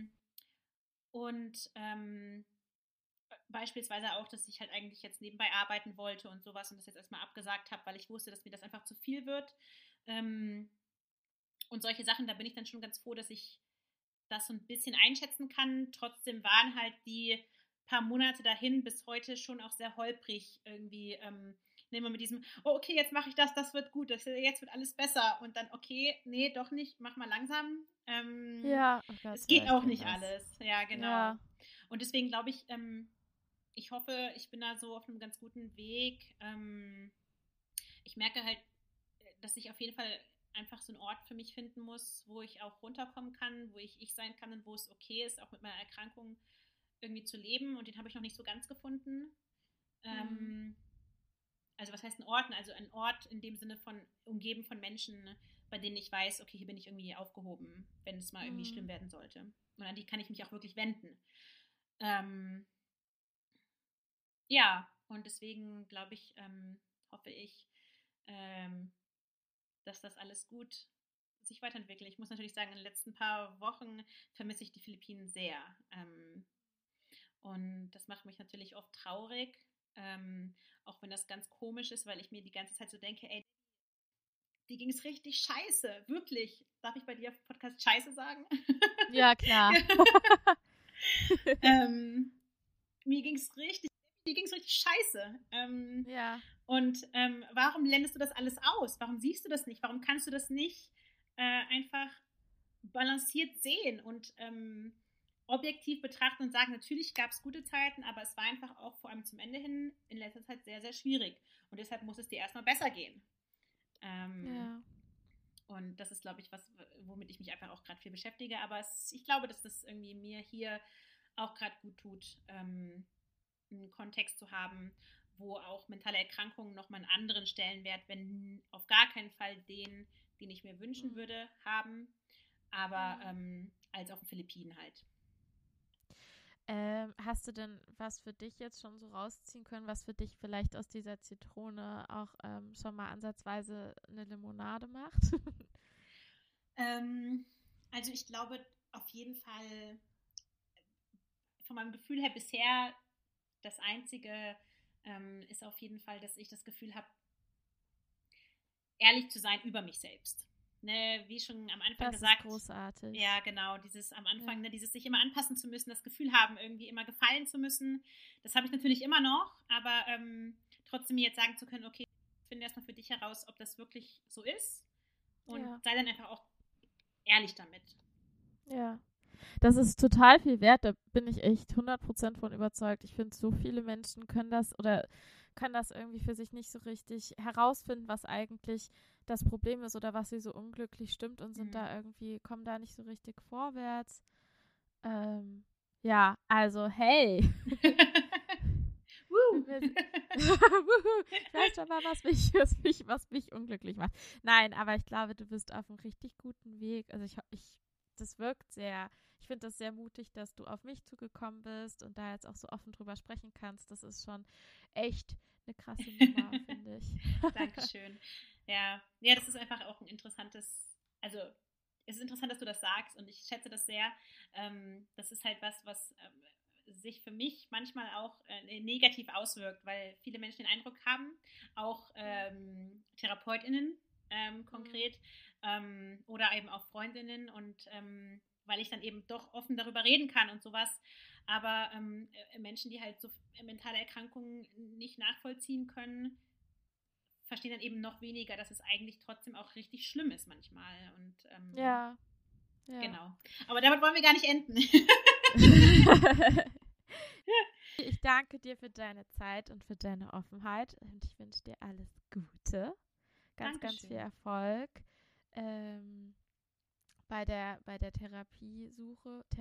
Und beispielsweise auch, dass ich halt eigentlich jetzt nebenbei arbeiten wollte und sowas und das jetzt erstmal abgesagt habe, weil ich wusste, dass mir das einfach zu viel wird. Ähm, und solche Sachen, da bin ich dann schon ganz froh, dass ich das so ein bisschen einschätzen kann. Trotzdem waren halt die paar Monate dahin bis heute schon auch sehr holprig irgendwie. Nehmen wir mit diesem, oh, okay, jetzt mache ich das, das wird gut, jetzt wird alles besser. Und dann, okay, nee, doch nicht, mach mal langsam. Ja, oh Gott, Es ja, geht ich auch kenne nicht das. alles. Ja, genau. Ja. Und deswegen glaube ich, ich hoffe, ich bin da so auf einem ganz guten Weg. Ich merke halt, dass ich auf jeden Fall einfach so einen Ort für mich finden muss, wo ich auch runterkommen kann, wo ich sein kann und wo es okay ist, auch mit meiner Erkrankung irgendwie zu leben. Und den habe ich noch nicht so ganz gefunden. Mhm. Ähm, also was heißt ein Ort? Also ein Ort in dem Sinne von umgeben von Menschen, bei denen ich weiß, okay, hier bin ich irgendwie aufgehoben, wenn es mal irgendwie schlimm Mhm. werden sollte. Und an die kann ich mich auch wirklich wenden. Ähm, ja, und deswegen glaube ich, hoffe ich, ähm, dass das alles gut sich weiterentwickelt. Ich muss natürlich sagen, in den letzten paar Wochen vermisse ich die Philippinen sehr. Und das macht mich natürlich oft traurig, auch wenn das ganz komisch ist, weil ich mir die ganze Zeit so denke, ey, dir ging es richtig scheiße, wirklich. Darf ich bei dir auf Podcast scheiße sagen? Ja, klar. ähm, mir ging es richtig scheiße. Ja. Und warum blendest du das alles aus? Warum siehst du das nicht? Warum kannst du das nicht einfach balanciert sehen und objektiv betrachten und sagen, natürlich gab es gute Zeiten, aber es war einfach auch vor allem zum Ende hin in letzter Zeit sehr, sehr schwierig. Und deshalb muss es dir erstmal besser gehen. Ähm, Ja. und das ist, glaube ich, was, womit ich mich einfach auch gerade viel beschäftige. Aber ich glaube, dass das irgendwie mir hier auch gerade gut tut, einen Kontext zu haben, wo auch mentale Erkrankungen nochmal einen anderen Stellenwert, wenn auf gar keinen Fall den ich mir wünschen Mhm. würde, haben, aber Mhm. als auf den Philippinen halt. Hast du denn was für dich jetzt schon so rausziehen können, was für dich vielleicht aus dieser Zitrone auch schon mal ansatzweise eine Limonade macht? Ähm, also ich glaube auf jeden Fall von meinem Gefühl her bisher das Einzige ist auf jeden Fall, dass ich das Gefühl habe, ehrlich zu sein über mich selbst. Ne, wie schon am Anfang Das ist gesagt, großartig. ja, genau, dieses am Anfang, Ja. ne, dieses sich immer anpassen zu müssen, das Gefühl haben, irgendwie immer gefallen zu müssen. Das habe ich natürlich immer noch, aber trotzdem mir jetzt sagen zu können, okay, finde erstmal für dich heraus, ob das wirklich so ist und Ja. sei dann einfach auch ehrlich damit. Ja. Das ist total viel wert, da bin ich echt 100% von überzeugt. Ich finde, so viele Menschen können das oder können das irgendwie für sich nicht so richtig herausfinden, was eigentlich das Problem ist oder was sie so unglücklich stimmt und sind Mhm. da irgendwie, kommen da nicht so richtig vorwärts. Ähm, ja, also hey, bin Woo! mir Wuhu. Ich weiß schon mal, was mich unglücklich macht. Nein, aber ich glaube, du bist auf einem richtig guten Weg. Also das wirkt sehr, ich finde das sehr mutig, dass du auf mich zugekommen bist und da jetzt auch so offen drüber sprechen kannst. Das ist schon echt eine krasse Nummer, finde ich. Dankeschön. Ja. Ja, das ist einfach auch ein interessantes, also es ist interessant, dass du das sagst und ich schätze das sehr. Das ist halt was sich für mich manchmal auch negativ auswirkt, weil viele Menschen den Eindruck haben, auch TherapeutInnen Mhm. konkret oder eben auch Freundinnen und weil ich dann eben doch offen darüber reden kann und sowas. Aber Menschen, die halt so mentale Erkrankungen nicht nachvollziehen können, verstehen dann eben noch weniger, dass es eigentlich trotzdem auch richtig schlimm ist manchmal. Und Ja, ja. genau. Aber damit wollen wir gar nicht enden. Ich danke dir für deine Zeit und für deine Offenheit und ich wünsche dir alles Gute. Ganz, ganz viel Dankeschön. Erfolg bei der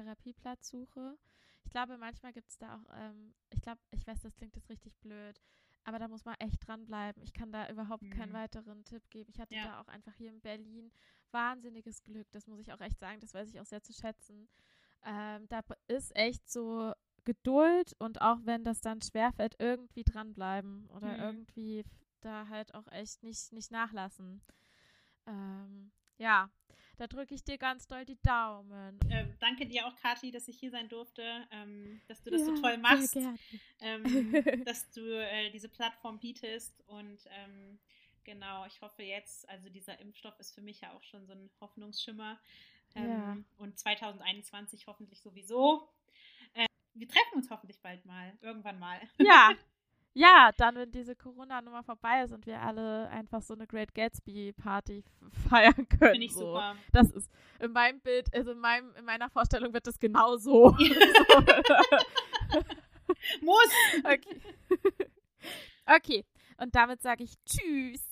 Therapieplatzsuche. Ich glaube, manchmal gibt es da auch, ich glaube, ich weiß, das klingt jetzt richtig blöd, Aber da muss man echt dranbleiben. Ich kann da überhaupt keinen weiteren Tipp geben. Ich hatte da auch einfach hier in Berlin wahnsinniges Glück. Das muss ich auch echt sagen. Das weiß ich auch sehr zu schätzen. Da ist echt so Geduld und auch wenn das dann schwerfällt, irgendwie dranbleiben oder irgendwie da halt auch echt nicht nachlassen. Ja, da drücke ich dir ganz doll die Daumen. Danke dir auch, Kathi, dass ich hier sein durfte, dass du das so toll machst, dass du diese Plattform bietest und genau, ich hoffe jetzt, also dieser Impfstoff ist für mich ja auch schon so ein Hoffnungsschimmer und 2021 hoffentlich sowieso. Wir treffen uns hoffentlich bald mal, irgendwann mal. Ja, dann, wenn diese Corona-Nummer vorbei ist und wir alle einfach so eine Great Gatsby-Party feiern können. Finde ich super. Das ist in meinem Bild, also in meiner Vorstellung wird das genau so. Muss! Okay. Und damit sage ich Tschüss.